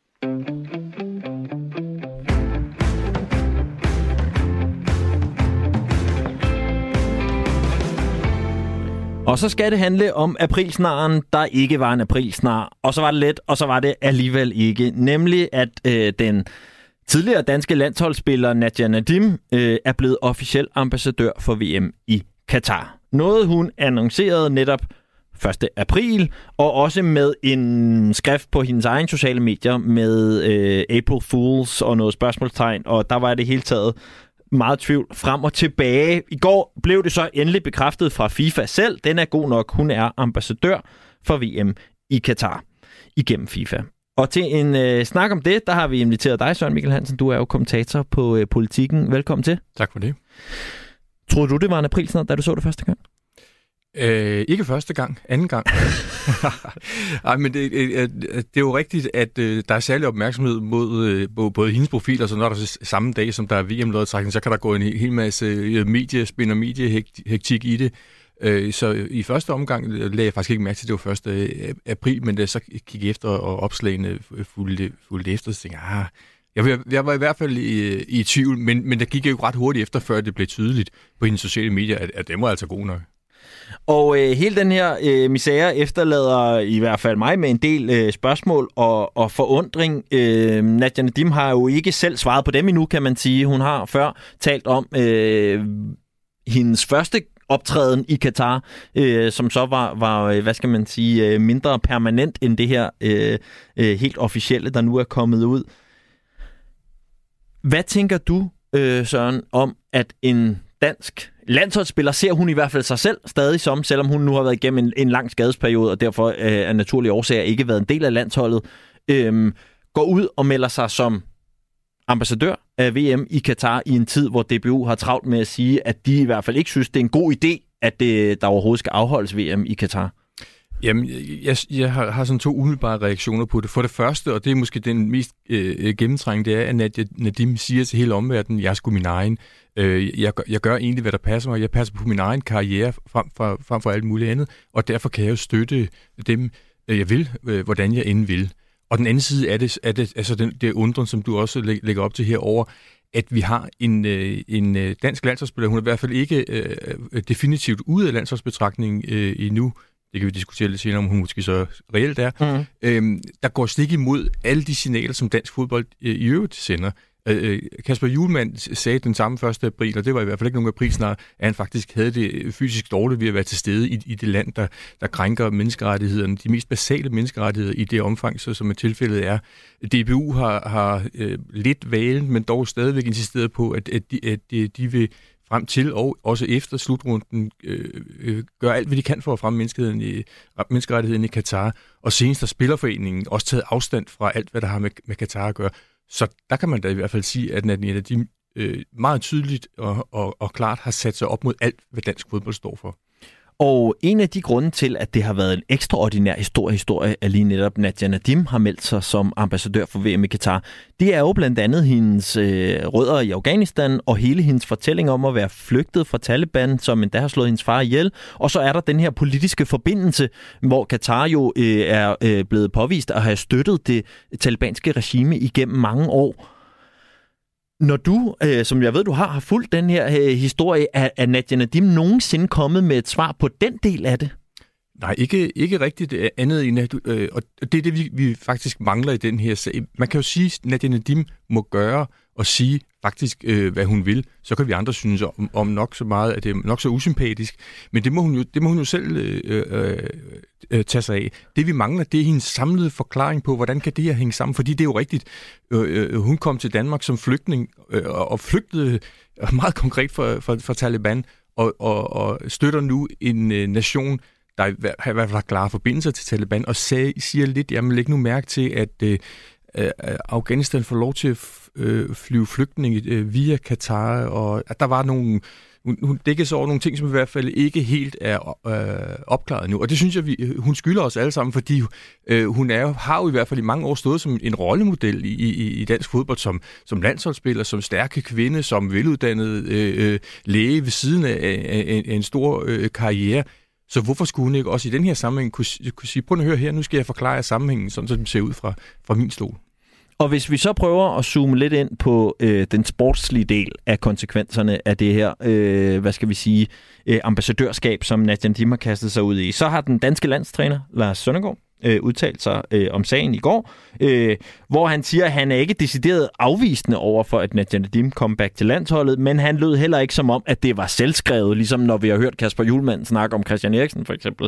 Og så skal det handle om aprilsnaren, der ikke var en aprilsnar. Og så var det let, og så var det alligevel ikke. Nemlig, at den tidligere danske landsholdsspiller Nadia Nadim er blevet officiel ambassadør for VM i Katar. Noget hun annoncerede netop 1. april, og også med en skrift på hendes egen sociale medier med April Fools og noget spørgsmålstegn, og der var det hele taget meget tvivl frem og tilbage. I går blev det så endelig bekræftet fra FIFA selv. Den er god nok. Hun er ambassadør for VM i Katar igennem FIFA. Og til en snak om det, der har vi inviteret dig, Søren Mikkel Hansen. Du er jo kommentator på Politikken. Velkommen til. Tak for det. Troede du, det var en aprilsnar, da du så det første gang? Ikke første gang, anden gang. Ej, men det er jo rigtigt, at der er særlig opmærksomhed mod både hendes profil, og så når der er samme dag, som der er VM-lodtrækning, så kan der gå en hel masse mediespind og mediehektik i det. Så i første omgang lagde jeg faktisk ikke mærke til, at det var 1. april, men da jeg så gik efter, og opslagene fulgte efter, så tænkte jeg var i hvert fald i tvivl, men der gik jo ret hurtigt efter, før det blev tydeligt på hendes sociale medier, at det var altså god nok. Og hele den her misære efterlader i hvert fald mig med en del spørgsmål og forundring. Nadia Nadim har jo ikke selv svaret på dem endnu, kan man sige. Hun har før talt om hendes første optræden i Katar, som så var hvad skal man sige, mindre permanent end det her helt officielle, der nu er kommet ud. Hvad tænker du, Søren, om at en dansk landsholdsspiller, ser hun i hvert fald sig selv stadig som, selvom hun nu har været igennem en lang skadesperiode, og derfor af naturlige årsager ikke været en del af landsholdet, går ud og melder sig som ambassadør af VM i Katar i en tid, hvor DBU har travlt med at sige, at de i hvert fald ikke synes, det er en god idé, at der overhovedet skal afholdes VM i Katar. Jamen, jeg har sådan 2 umiddelbare reaktioner på det. For det første, og det er måske den mest gennemtrængende, det er, at Nadia Nadim siger til hele omverdenen, jeg er sgu min egen. Jeg gør egentlig, hvad der passer mig. Jeg passer på min egen karriere frem for alt muligt andet, og derfor kan jeg jo støtte dem, jeg vil, hvordan jeg end vil. Og den anden side er det altså det undren, som du også lægger op til herover, at vi har en dansk landsholdsspiller. Hun er i hvert fald ikke definitivt ude af landsholdsbetragtningen endnu. Det kan vi diskutere lidt senere, om hun måske så reelt er. Der går stik imod alle de signaler, som dansk fodbold i øvrigt sender. Kasper Hjulmand sagde den samme 1. april, og det var i hvert fald ikke nogen aprilsnar, at han faktisk havde det fysisk dårligt ved at være til stede i det land, der krænker menneskerettighederne, de mest basale menneskerettigheder i det omfang, så som tilfældet er. DBU har lidt valen, men dog stadigvæk insisteret på, at de vil frem til og også efter slutrunden gør alt, hvad de kan for at fremme menneskerettigheden i Katar. Og senest har Spillerforeningen også taget afstand fra alt, hvad der har med Katar at gøre. Så der kan man da i hvert fald sige, at Nadia Nadim meget tydeligt og klart har sat sig op mod alt, hvad dansk fodbold står for. Og en af de grunde til, at det har været en ekstraordinær historie, at lige netop Nadia Nadim har meldt sig som ambassadør for VM i Katar, det er jo blandt andet hendes rødder i Afghanistan og hele hendes fortælling om at være flygtet fra Taliban, som endda har slået hendes far ihjel. Og så er der den her politiske forbindelse, hvor Katar jo er blevet påvist at have støttet det talibanske regime igennem mange år. Når du, som jeg ved, du har fulgt den her historie, er Nadia Nadim nogensinde kommet med et svar på den del af det? Nej, ikke rigtigt andet end, og det er det, vi faktisk mangler i den her sag. Man kan jo sige, at Nadia Nadim må gøre og sige faktisk, hvad hun vil. Så kan vi andre synes om nok så meget, at det er nok så usympatisk. Men det må hun jo selv tage sig af. Det vi mangler, det er hendes samlede forklaring på, hvordan kan det her hænge sammen. Fordi det er jo rigtigt. Hun kom til Danmark som flygtning og flygtede meget konkret fra Taliban og støtter nu en nation, der i hvert fald har klare forbindelser til Taliban, og siger lidt, jamen læg nu mærke til, at Afghanistan får lov til at flyve flygtninge via Katar, og at der var nogle hun dækker sig over nogle ting, som i hvert fald ikke helt er opklaret nu. Og det synes jeg, hun skylder os alle sammen, fordi hun har jo i hvert fald i mange år stået som en rollemodel i dansk fodbold, som landsholdsspiller, som stærke kvinde, som veluddannet læge ved siden af en stor karriere. Så hvorfor skulle hun ikke også i den her sammenhæng kunne sige, prøv at høre her, nu skal jeg forklare jer sammenhængen, sådan som den ser ud fra min stol. Og hvis vi så prøver at zoome lidt ind på den sportslige del af konsekvenserne af det her, ambassadørskab, som Nadia Nadim har kastet sig ud i, så har den danske landstræner, Lars Søndergaard, udtalt sig om sagen i går, hvor han siger, at han er ikke decideret afvisende over for, at Nadia Nadim kom back til landsholdet, men han lød heller ikke som om, at det var selvskrevet, ligesom når vi har hørt Kasper Hjulmand snakke om Christian Eriksen for eksempel.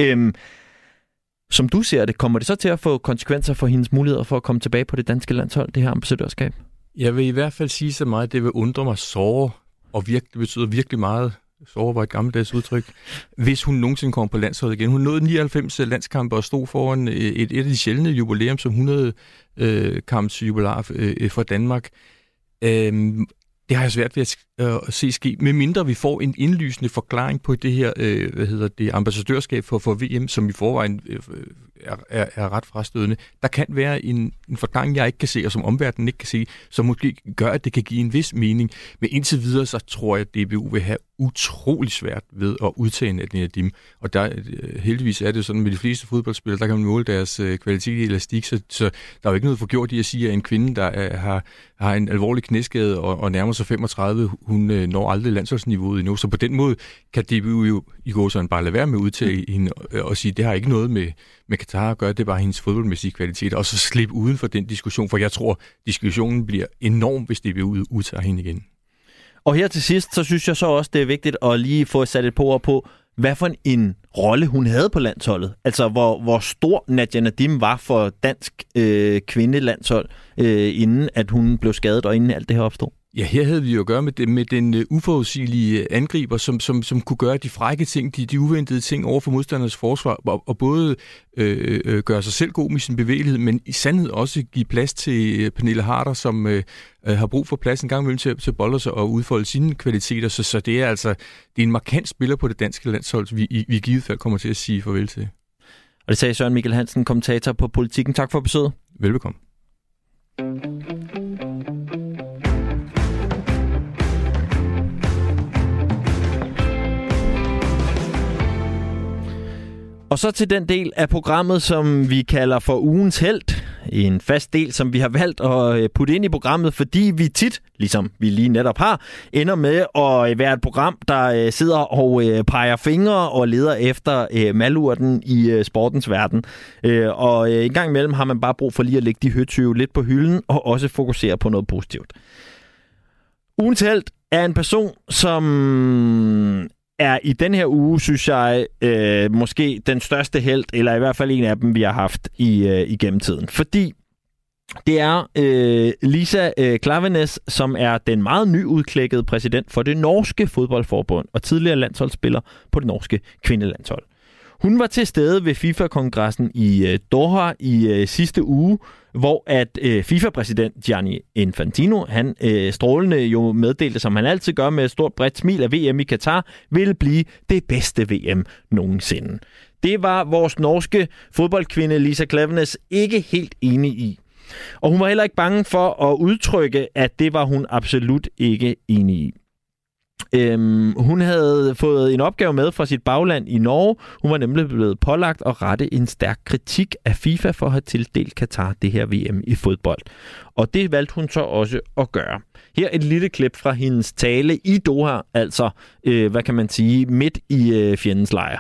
Som du ser det, kommer det så til at få konsekvenser for hendes muligheder for at komme tilbage på det danske landshold, det her ambassadørskab? Jeg vil i hvert fald sige så meget, at det vil undre mig såre, og det betyder virkelig meget. Såre var et gammeldags udtryk. Hvis hun nogensinde kommer på landsholdet igen. Hun nåede 99 landskampe og stod foran et af de sjældne jubilæum, som 100 kamps jubilar for Danmark. Det har jeg svært ved at se ske, medmindre vi får en indlysende forklaring på det her ambassadørskab for VM, som i forvejen er ret frastødende. Der kan være en forklaring, jeg ikke kan se, og som omverdenen ikke kan se, som måske gør, at det kan give en vis mening. Men indtil videre, så tror jeg, at DBU vil have utrolig svært ved at udtage Nadia Nadim. Og heldigvis er det sådan med de fleste fodboldspillere, der kan man måle deres kvalitet i elastik, så der er jo ikke noget forgjort i at sige, at en kvinde, der har en alvorlig knæskade og nærmer sig 35, hun når aldrig landsholdsniveauet endnu. Så på den måde kan DBU jo i går sådan bare lade være med at udtage hende og sige, at det har ikke noget med Qatar at gøre, det er bare hendes fodboldmæssige kvalitet, og så slippe uden for den diskussion, for jeg tror, diskussionen bliver enorm, hvis DBU udtager hende igen. Og her til sidst, så synes jeg så også, det er vigtigt at lige få sat et par ord på, hvad for en rolle hun havde på landsholdet. Altså, hvor stor Nadia Nadim var for dansk kvindelandshold, inden at hun blev skadet, og inden alt det her opstod. Ja, her havde vi jo at gøre med den uforudsigelige angriber, som kunne gøre de frække ting, de uventede ting over for modstanders forsvar, og både gøre sig selv god med sin bevægelighed, men i sandhed også give plads til Pernille Harder, som har brug for plads en gang imellem til at bolde sig og udfolde sine kvaliteter. Så det er en markant spiller på det danske landshold, vi i givet fald kommer til at sige farvel til. Og det sagde Søren Mikkel Hansen, kommentator på Politikken. Tak for besøget. Velbekomme. Og så til den del af programmet, som vi kalder for ugens helt. En fast del, som vi har valgt at putte ind i programmet, fordi vi tit, ligesom vi lige netop har, ender med at være et program, der sidder og peger fingre og leder efter malurten i sportens verden. Og en gang imellem har man bare brug for lige at lægge de høtyve lidt på hylden og også fokusere på noget positivt. Ugens helt er en person, som er i den her uge, synes jeg, måske den største helt, eller i hvert fald en af dem, vi har haft i gennemtiden. Fordi det er Lisa Klaveness, som er den meget nyudklækkede præsident for det norske fodboldforbund og tidligere landsholdsspiller på det norske kvindelandshold. Hun var til stede ved FIFA-kongressen i Doha i sidste uge, hvor at FIFA-præsident Gianni Infantino, han strålende jo meddelte, som han altid gør med et stort bredt smil, at VM i Katar vil blive det bedste VM nogensinde. Det var vores norske fodboldkvinde Lisa Klaveness ikke helt enig i. Og hun var heller ikke bange for at udtrykke, at det var hun absolut ikke enig i. Hun havde fået en opgave med fra sit bagland i Norge. Hun var nemlig blevet pålagt at rette en stærk kritik af FIFA for at have tildelt Katar det her VM i fodbold. Og det valgte hun så også at gøre. Her et lille klip fra hendes tale i Doha, altså, hvad kan man sige, midt i fjendens lejr.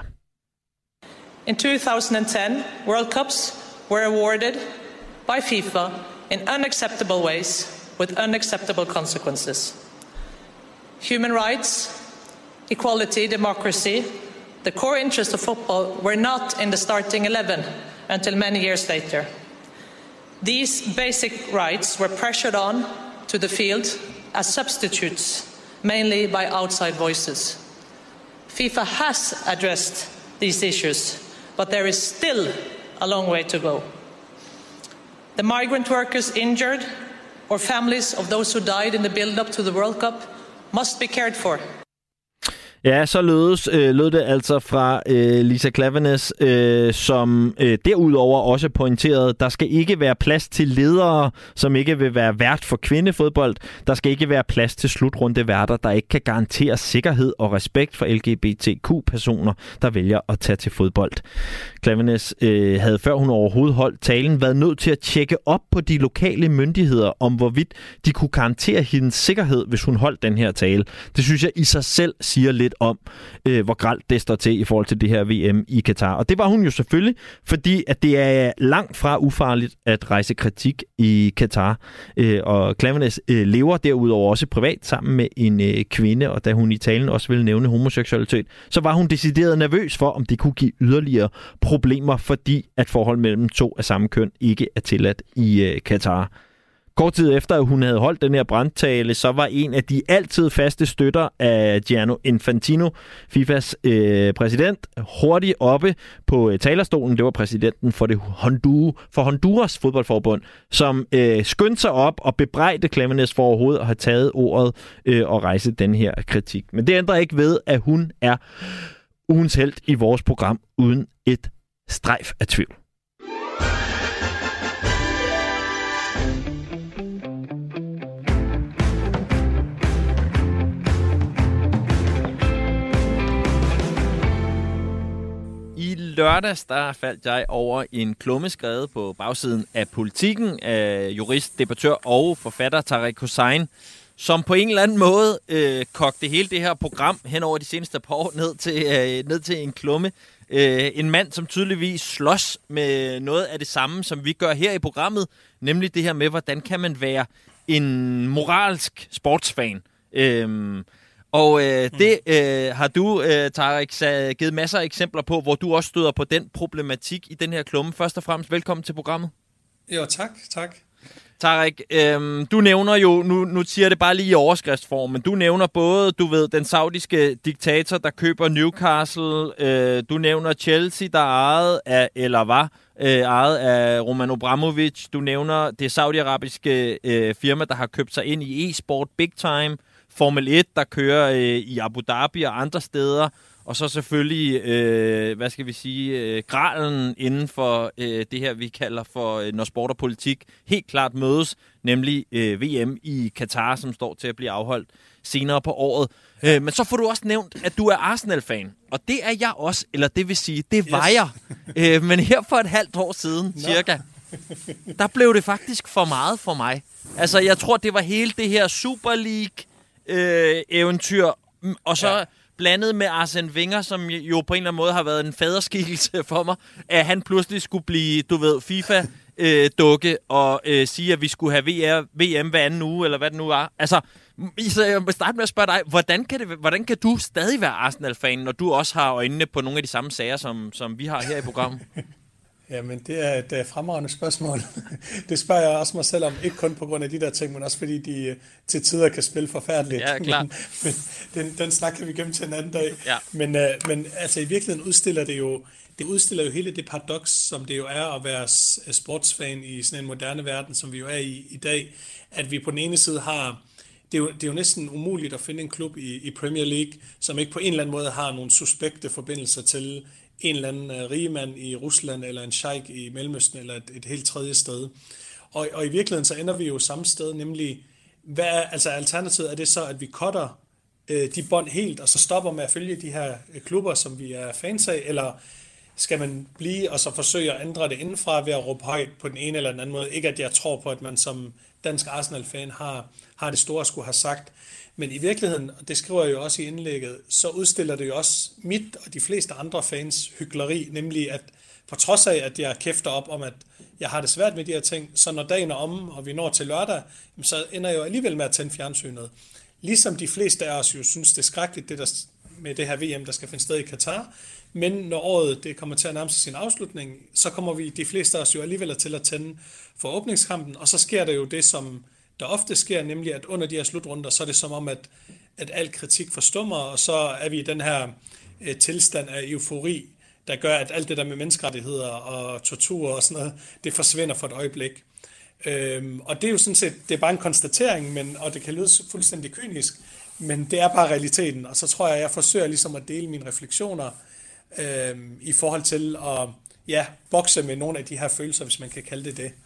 In 2010, World Cups were awarded by FIFA in unacceptable ways with unacceptable consequences. Human rights, equality, democracy, the core interests of football were not in the starting 11 until many years later. These basic rights were pressured on to the field as substitutes, mainly by outside voices. FIFA has addressed these issues, but there is still a long way to go. The migrant workers injured or families of those who died in the build-up to the World Cup must be cared for. Ja, så lød det altså fra Lisa Klaveness, som derudover også pointerede, der skal ikke være plads til ledere, som ikke vil være vært for kvindefodbold. Der skal ikke være plads til slutrundeværter, der ikke kan garantere sikkerhed og respekt for LGBTQ-personer, der vælger at tage til fodbold. Klaveness havde, før hun overhovedet holdt talen, været nødt til at tjekke op på de lokale myndigheder, om hvorvidt de kunne garantere hendes sikkerhed, hvis hun holdt den her tale. Det synes jeg i sig selv siger lidt om, hvor grelt det står til i forhold til det her VM i Katar. Og det var hun jo selvfølgelig, fordi at det er langt fra ufarligt at rejse kritik i Katar. Og Klaveness lever derudover også privat sammen med en kvinde, og da hun i talen også ville nævne homoseksualitet, så var hun decideret nervøs for, om det kunne give yderligere problemer, fordi at forhold mellem to af samme køn ikke er tilladt i Katar. Kort tid efter, at hun havde holdt den her brandtale, så var en af de altid faste støtter af Gianni Infantino, FIFAs præsident, hurtigt oppe på talerstolen. Det var præsidenten for Honduras fodboldforbund, som skyndte sig op og bebrejde Klaveness for overhovedet at have taget ordet og rejse den her kritik. Men det ændrer ikke ved, at hun er ugens helt i vores program uden et strejf af tvivl. I lørdags, der faldt jeg over en klumme skrevet på bagsiden af Politikken af jurist, debattør og forfatter Tariq Hussain, som på en eller anden måde kogte hele det her program hen over de seneste par år ned til en klumme. En mand, som tydeligvis slås med noget af det samme, som vi gør her i programmet, nemlig det her med, hvordan kan man være en moralsk sportsfan. Det har du, Tariq, givet masser af eksempler på, hvor du også støder på den problematik i den her klumme. Først og fremmest, velkommen til programmet. Jo, tak. Tariq, du nævner jo, nu siger jeg det bare lige i overskriftsform, men du nævner både, den saudiske diktator, der køber Newcastle, du nævner Chelsea, der var ejet af Roman Abramovich, du nævner det saudiarabiske firma, der har købt sig ind i e-sport big time, Formel 1, der kører i Abu Dhabi og andre steder, og så selvfølgelig, gralen inden for det her, vi kalder for, når sport og politik helt klart mødes, nemlig VM i Katar, som står til at blive afholdt senere på året. Men så får du også nævnt, at du er Arsenal-fan, og det er jeg også, eller det vil sige, det var jeg. Men her for et halvt år siden, cirka, der blev det faktisk for meget for mig. Altså, jeg tror, det var hele det her Super League-eventyr, og så blandet med Arsene Wenger, som jo på en eller anden måde har været en faderskikkelse for mig, at han pludselig skulle blive, FIFA-dukke og sige, at vi skulle have VM hver anden uge, eller hvad det nu var. Altså, så jeg vil starte med at spørge dig, hvordan kan du stadig være Arsenal-fan, når du også har øjnene på nogle af de samme sager, som vi har her i programmet? Jamen, det er et fremragende spørgsmål. Det spørger jeg også mig selv om, ikke kun på grund af de der ting, men også fordi de til tider kan spille forfærdeligt. Ja, klart. Men den snak kan vi gemme til en anden dag. Ja. Men altså i virkeligheden udstiller jo hele det paradoks, som det jo er at være sportsfan i sådan en moderne verden, som vi jo er i dag, at vi på den ene side har. Det er jo næsten umuligt at finde en klub i Premier League, som ikke på en eller anden måde har nogle suspekte forbindelser til en eller anden rigmand i Rusland, eller en sheik i Mellemøsten, eller et helt tredje sted. Og i virkeligheden så ender vi jo samme sted, nemlig, alternativet er det så, at vi cutter de bånd helt, og så stopper med at følge de her klubber, som vi er fans af, eller skal man blive og så forsøge at ændre det indenfra ved at råbe højt på den ene eller den anden måde? Ikke at jeg tror på, at man som dansk Arsenal-fan har det store at skulle have sagt, men i virkeligheden, og det skriver jeg jo også i indlægget, så udstiller det jo også mit og de fleste andre fans hykleri, nemlig at på trods af, at jeg kæfter op om, at jeg har det svært med de her ting, så når dagen er omme, og vi når til lørdag, så ender jeg jo alligevel med at tænde fjernsynet. Ligesom de fleste af os jo synes, det er skrækkeligt, det der med det her VM, der skal finde sted i Katar, men når året det kommer til at nærme sig sin afslutning, så kommer vi de fleste af os jo alligevel til at tænde for åbningskampen, og så sker der jo det, som der ofte sker, nemlig at under de her slutrunder, så er det som om, at al kritik forstummer, og så er vi i den her tilstand af eufori, der gør, at alt det der med menneskerettigheder og tortur og sådan noget, det forsvinder for et øjeblik. Og det er jo sådan set, det er bare en konstatering, og det kan lyde fuldstændig kynisk, men det er bare realiteten, og så tror jeg forsøger ligesom at dele mine refleksioner i forhold til at bokse med nogle af de her følelser, hvis man kan kalde det det.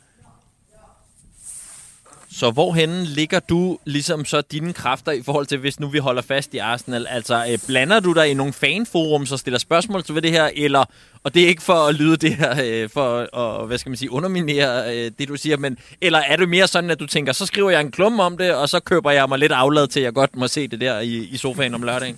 Så hvorhenne ligger du ligesom så dine kræfter i forhold til, hvis nu vi holder fast i Arsenal? Altså, blander du dig i nogle fanforums og stiller spørgsmål til det her, eller, og det er ikke for at lyde det her, for at, hvad skal man sige, underminere det, du siger, men, eller er det mere sådan, at du tænker, så skriver jeg en klumme om det, og så køber jeg mig lidt aflad til, at jeg godt må se det der i sofaen om lørdagen?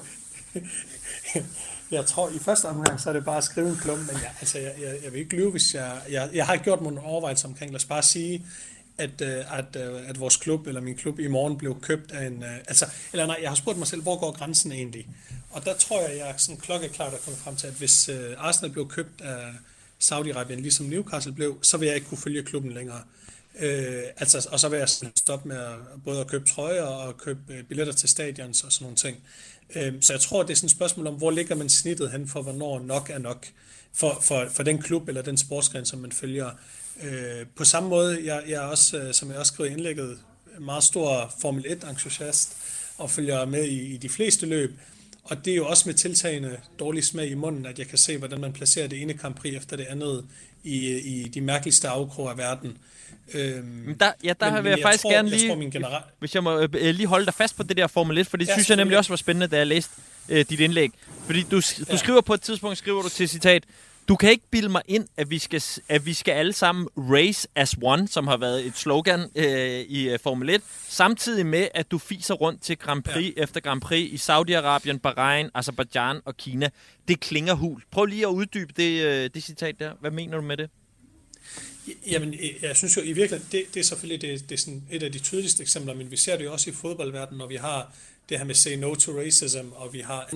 Jeg tror, i første omgang, så er det bare at skrive en klumme, men jeg vil ikke lyve, hvis jeg har gjort nogle overvejelser omkring, lad os bare sige, at vores klub, eller min klub i morgen blev købt af en... jeg har spurgt mig selv, hvor går grænsen egentlig? Og der tror jeg er sådan klokkeklart at komme frem til, at hvis Arsenal blev købt af Saudi-Arabien, ligesom Newcastle blev, så vil jeg ikke kunne følge klubben længere. Og så vil jeg stoppe med både at købe trøjer og købe billetter til stadions og sådan nogle ting. Så jeg tror, det er sådan et spørgsmål om, hvor ligger man snittet hen for, hvornår nok er nok for den klub eller den sportsgren, som man følger. På samme måde, jeg er også, som jeg også skrev i indlægget, meget stor Formel 1-entusiast og følger med i de fleste løb. Og det er jo også med tiltagende dårlig smag i munden, at jeg kan se, hvordan man placerer det ene Grand Prix efter det andet i de mærkeligste afkroge af verden. Der vil jeg faktisk gerne lige, hvis jeg må lige holde dig fast på det der Formel 1, for det synes jeg nemlig også var spændende, da jeg læste dit indlæg. Fordi du skriver på et tidspunkt, til citat, du kan ikke bilde mig ind, at vi skal alle sammen race as one, som har været et slogan i Formel 1, samtidig med, at du fiser rundt til Grand Prix efter Grand Prix i Saudi-Arabien, Bahrain, Azerbaijan og Kina. Det klinger hul. Prøv lige at uddybe det citat der. Hvad mener du med det? Jamen, jeg synes jo i virkeligheden, det er selvfølgelig det er sådan et af de tydeligste eksempler, men vi ser det jo også i fodboldverdenen, når vi har det her med say no to racism, og vi har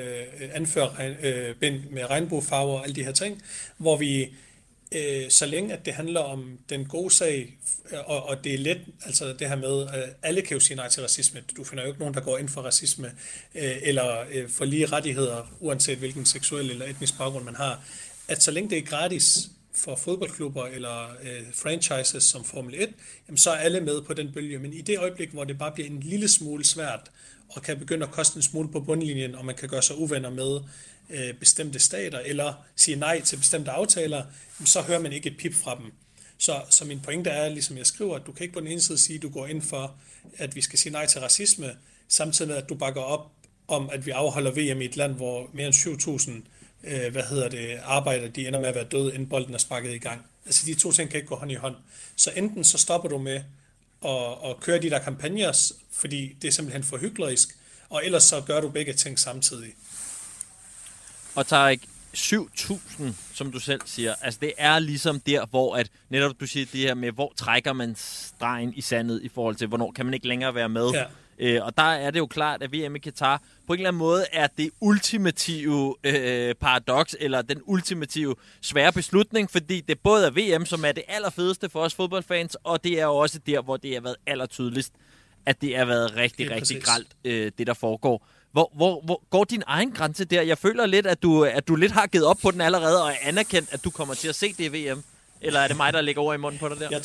bind med regnbuefarver og alle de her ting, hvor vi, så længe at det handler om den gode sag, og det er let, altså det her med, alle kan jo sige nej til racisme. Du finder jo ikke nogen, der går ind for racisme, eller for lige rettigheder, uanset hvilken seksuel eller etnisk baggrund man har. At så længe det er gratis for fodboldklubber eller franchises som Formel 1, jamen så er alle med på den bølge. Men i det øjeblik, hvor det bare bliver en lille smule svært, og kan begynde at koste en smule på bundlinjen, og man kan gøre sig uvenner med bestemte stater, eller sige nej til bestemte aftaler, så hører man ikke et pip fra dem. Så min pointe er, ligesom jeg skriver, at du kan ikke på den ene side sige, at du går ind for, at vi skal sige nej til racisme, samtidig med, at du bakker op om, at vi afholder VM i et land, hvor mere end 7.000 arbejder, de ender med at være døde, inden bolden er sparket i gang. Altså de to ting kan ikke gå hånd i hånd. Så enten så stopper du med at køre de der kampagner, fordi det er simpelthen for hyklerisk, og ellers så gør du begge ting samtidig. Og Tarek, 7.000, som du selv siger, altså det er ligesom der, hvor at netop du siger det her med, hvor trækker man stregen i sandet i forhold til, hvornår kan man ikke længere være med. Ja. Og der er det jo klart, at VM i Katar på en eller anden måde er det ultimative paradoks, eller den ultimative svære beslutning, fordi det både er VM, som er det allerfedeste for os fodboldfans, og det er jo også der, hvor det har været allertydeligst, at det har været rigtig, rigtig grelt, det der foregår. Hvor går din egen grænse der? Jeg føler lidt, at du lidt har givet op på den allerede, og er anerkendt, at du kommer til at se det i VM. Eller er det mig, der ligger over i munden på dig der?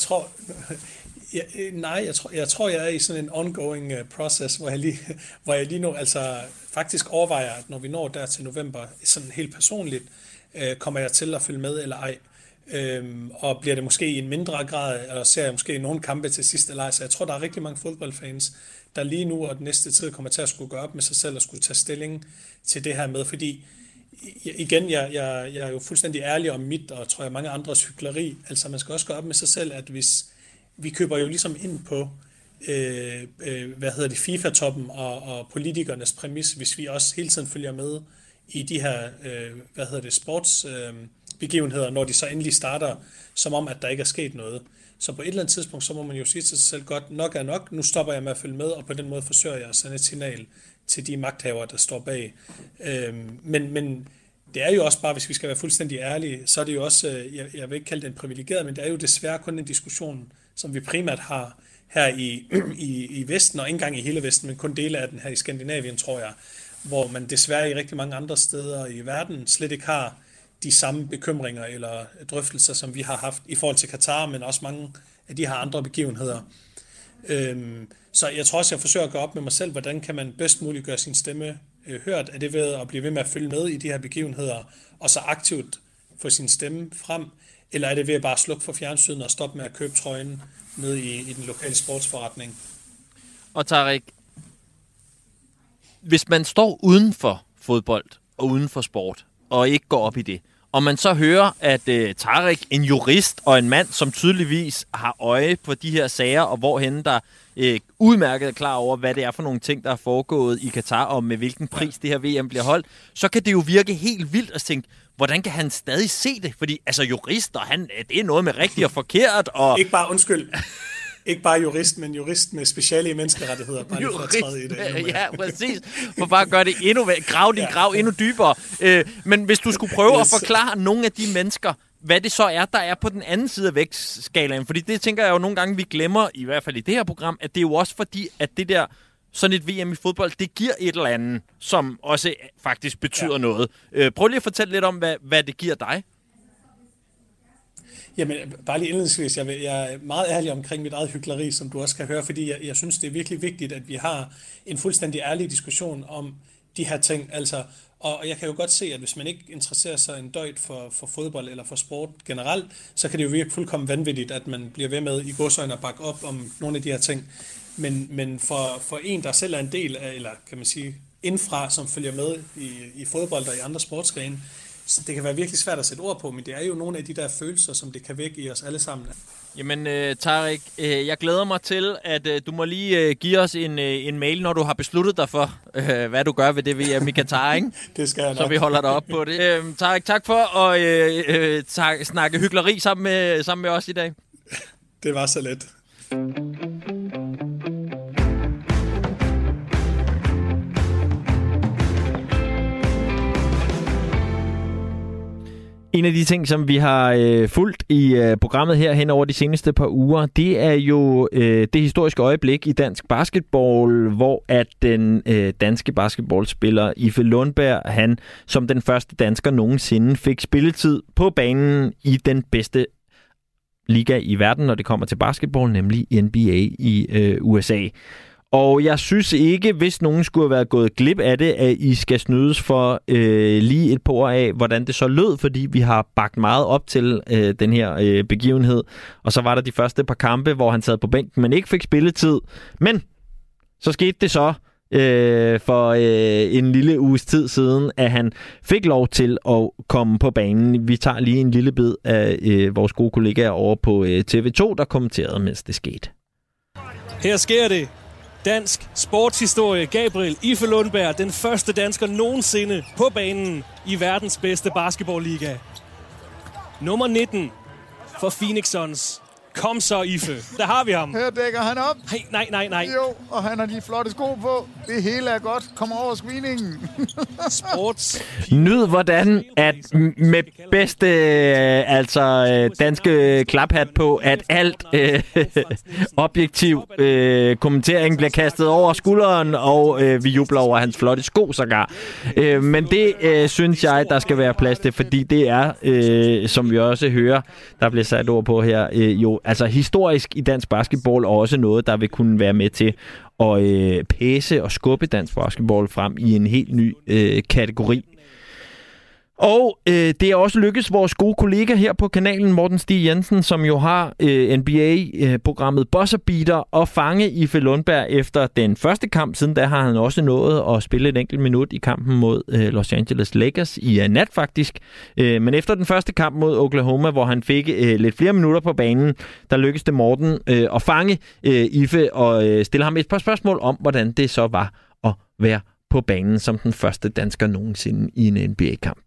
Jeg tror, jeg er i sådan en ongoing process, hvor jeg lige nu altså faktisk overvejer, at når vi når der til november, sådan helt personligt, kommer jeg til at følge med eller ej. Og bliver det måske i en mindre grad, eller ser jeg måske nogle kampe til sidst eller ej. Så jeg tror, der er rigtig mange fodboldfans, der lige nu og den næste tid kommer til at skulle gøre op med sig selv og skulle tage stilling til det her med, fordi igen, jeg er jo fuldstændig ærlig om mit, og tror jeg mange andres hykleri. Altså man skal også gøre op med sig selv, at hvis vi køber jo ligesom ind på FIFA-toppen og politikernes præmis, hvis vi også hele tiden følger med i de her sportsbegivenheder, når de så endelig starter, som om at der ikke er sket noget. Så på et eller andet tidspunkt, så må man jo sige til sig selv, godt nok er nok, nu stopper jeg med at følge med, og på den måde forsøger jeg at sende et signal til de magthavere, der står bag. Men det er jo også bare, hvis vi skal være fuldstændig ærlige, så er det jo også, jeg vil ikke kalde det en privilegeret, men det er jo desværre kun en diskussion, som vi primært har her i Vesten, og ikke engang i hele Vesten, men kun dele af den her i Skandinavien, tror jeg, hvor man desværre i rigtig mange andre steder i verden slet ikke har de samme bekymringer eller drøftelser, som vi har haft i forhold til Katar, men også mange af de her andre begivenheder. Så jeg tror også, jeg forsøger at gå op med mig selv, hvordan kan man bedst muligt gøre sin stemme hørt. Er det ved at blive ved med at følge med i de her begivenheder, og så aktivt få sin stemme frem, eller er det ved at bare slukke for fjernsynet og stoppe med at købe trøjen ned i den lokale sportsforretning? Og Tariq, hvis man står uden for fodbold og uden for sport, og ikke går op i det, og man så hører, at Tariq, en jurist og en mand, som tydeligvis har øje på de her sager, og hvorhen der udmærket er klar over, hvad det er for nogle ting, der er foregået i Katar, og med hvilken pris det her VM bliver holdt, så kan det jo virke helt vildt at tænke, hvordan kan han stadig se det? Fordi altså jurister, det er noget med rigtigt og forkert. Og Ikke bare jurist, men jurist med speciale i menneskerettigheder. Bare lige for at træde i det. Ja, præcis. For bare at gøre det grave din grav endnu dybere. Men hvis du skulle prøve at forklare nogle af de mennesker, hvad det så er, der er på den anden side af vægtskalaen. Fordi det tænker jeg jo nogle gange, vi glemmer, i hvert fald i det her program, at det er jo også fordi, at det der, sådan et VM i fodbold, det giver et eller andet, som også faktisk betyder noget. Prøv lige at fortælle lidt om, hvad det giver dig. Jamen, bare lige indledningsvis, jeg er meget ærlig omkring mit eget hykleri, som du også kan høre, fordi jeg synes, det er virkelig vigtigt, at vi har en fuldstændig ærlig diskussion om de her ting. Altså, og jeg kan jo godt se, at hvis man ikke interesserer sig en døjt for fodbold eller for sport generelt, så kan det jo virke fuldkommen vanvittigt, at man bliver ved med i godsøjne at bakke op om nogle af de her ting. Men for en, der selv er en del af, eller kan man sige, indfra, som følger med i fodbold og i andre sportsgrene, så det kan være virkelig svært at sætte ord på, men det er jo nogle af de der følelser, som det kan vække i os alle sammen. Jamen, Tariq, jeg glæder mig til, at du må lige give os en mail, når du har besluttet dig for, hvad du gør ved det VM i Katar, ikke? Det skal jeg nok. Så vi holder dig op på det. Tariq, tak for at snakke hykleri sammen med os i dag. Det var så let. En af de ting, som vi har fulgt i programmet her hen over de seneste par uger, det er jo det historiske øjeblik i dansk basketball, hvor at den danske basketballspiller Ife Lundberg, han som den første dansker nogensinde fik spilletid på banen i den bedste liga i verden, når det kommer til basketball, nemlig NBA i USA. Og jeg synes ikke, hvis nogen skulle have været gået glip af det, at I skal snydes for lige et par ord af, hvordan det så lød, fordi vi har bagt meget op til den her begivenhed. Og så var der de første par kampe, hvor han sad på bænken, men ikke fik spilletid. Men så skete det så for en lille uges tid siden, at han fik lov til at komme på banen. Vi tager lige en lille bid af vores gode kollegaer over på TV2, der kommenterede, mens det skete. Her sker det. Dansk sportshistorie. Gabriel Ife Lundberg, den første dansker nogensinde på banen i verdens bedste basketballliga. Nummer 19 for Phoenix Suns. Kom så, Ife. Der har vi ham. Her dækker han op. Hey, nej. Jo, og han har de flotte sko på. Det hele er godt. Kom over screeningen. Sports. Nyd hvordan, at med bedste danske klaphat på, at alt objektiv kommentering bliver kastet over skulderen, og vi jubler over hans flotte sko sågar. Men det synes jeg, der skal være plads til, fordi det er, som vi også hører, der bliver sat ord på her, jo altså historisk i dansk basketball, og også noget, der vil kunne være med til at pæse og skubbe dansk basketball frem i en helt ny kategori. Og det er også lykkedes vores gode kollega her på kanalen, Morten Stig Jensen, som jo har NBA-programmet Buzzer Beater, at fange Ife Lundberg efter den første kamp. Siden da har han også nået at spille et enkelt minut i kampen mod Los Angeles Lakers i nat faktisk. Men efter den første kamp mod Oklahoma, hvor han fik lidt flere minutter på banen, der lykkedes det Morten at fange Ife og stille ham et par spørgsmål om, hvordan det så var at være på banen som den første dansker nogensinde i en NBA-kamp.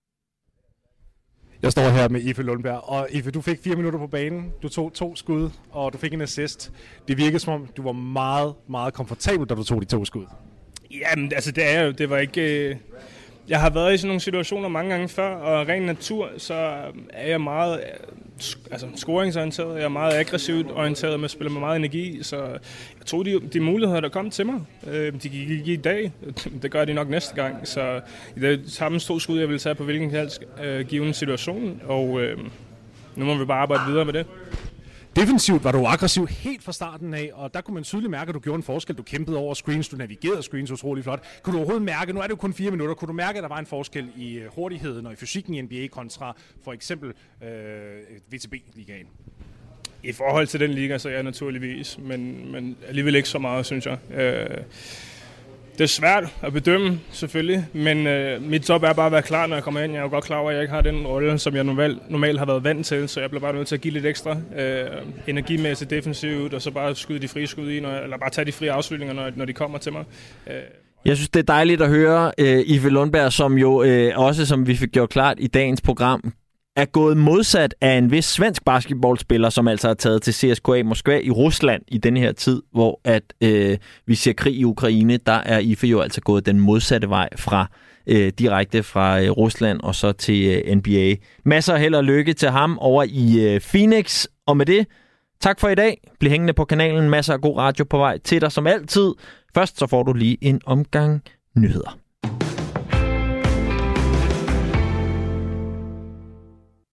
Jeg står her med Ife Lundberg, og Ife, du fik 4 minutter på banen, du tog 2 skud, og du fik en assist. Det virkede som om, du var meget, meget komfortabel, da du tog de 2 skud. Jamen, altså det er jo, det var ikke... Jeg har været i sådan nogle situationer mange gange før, og ren natur, så er jeg meget scoringsorienteret, jeg er meget aggressivt orienteret, med at spille med meget energi, så jeg tog de muligheder, der kom til mig. De gik ikke i dag, det gør de nok næste gang, så det er samme 2 skud, jeg vil tage på hvilken helst given situation, og nu må vi bare arbejde videre med det. Defensivt var du aggressiv helt fra starten af, og der kunne man tydeligt mærke, at du gjorde en forskel. Du kæmpede over screens, du navigerede screens utrolig flot. Kunne du overhovedet mærke, nu er det jo kun 4 minutter, kunne du mærke, at der var en forskel i hurtigheden og i fysikken i NBA kontra for eksempel VTB-ligaen? I forhold til den liga, så er jeg naturligvis, men alligevel ikke så meget, synes jeg. Det er svært at bedømme, selvfølgelig, men mit job er bare at være klar, når jeg kommer ind. Jeg er jo godt klar over, at jeg ikke har den rolle, som jeg normalt har været vant til, så jeg bliver bare nødt til at give lidt ekstra energimæssigt defensivt, og så bare skyde de frie skud i, eller bare tage de frie afslutninger, når de kommer til mig. Jeg synes, det er dejligt at høre Ife Lundberg, som jo også, som vi fik gjort klart i dagens program, er gået modsat af en vis svensk basketballspiller, som altså er taget til CSKA Moskva i Rusland i denne her tid, hvor at vi ser krig i Ukraine. Der er Ife jo altså gået den modsatte vej fra direkte fra Rusland og så til NBA. Masser af held og lykke til ham over i Phoenix. Og med det, tak for i dag. Bliv hængende på kanalen. Masser af god radio på vej til dig som altid. Først så får du lige en omgang nyheder.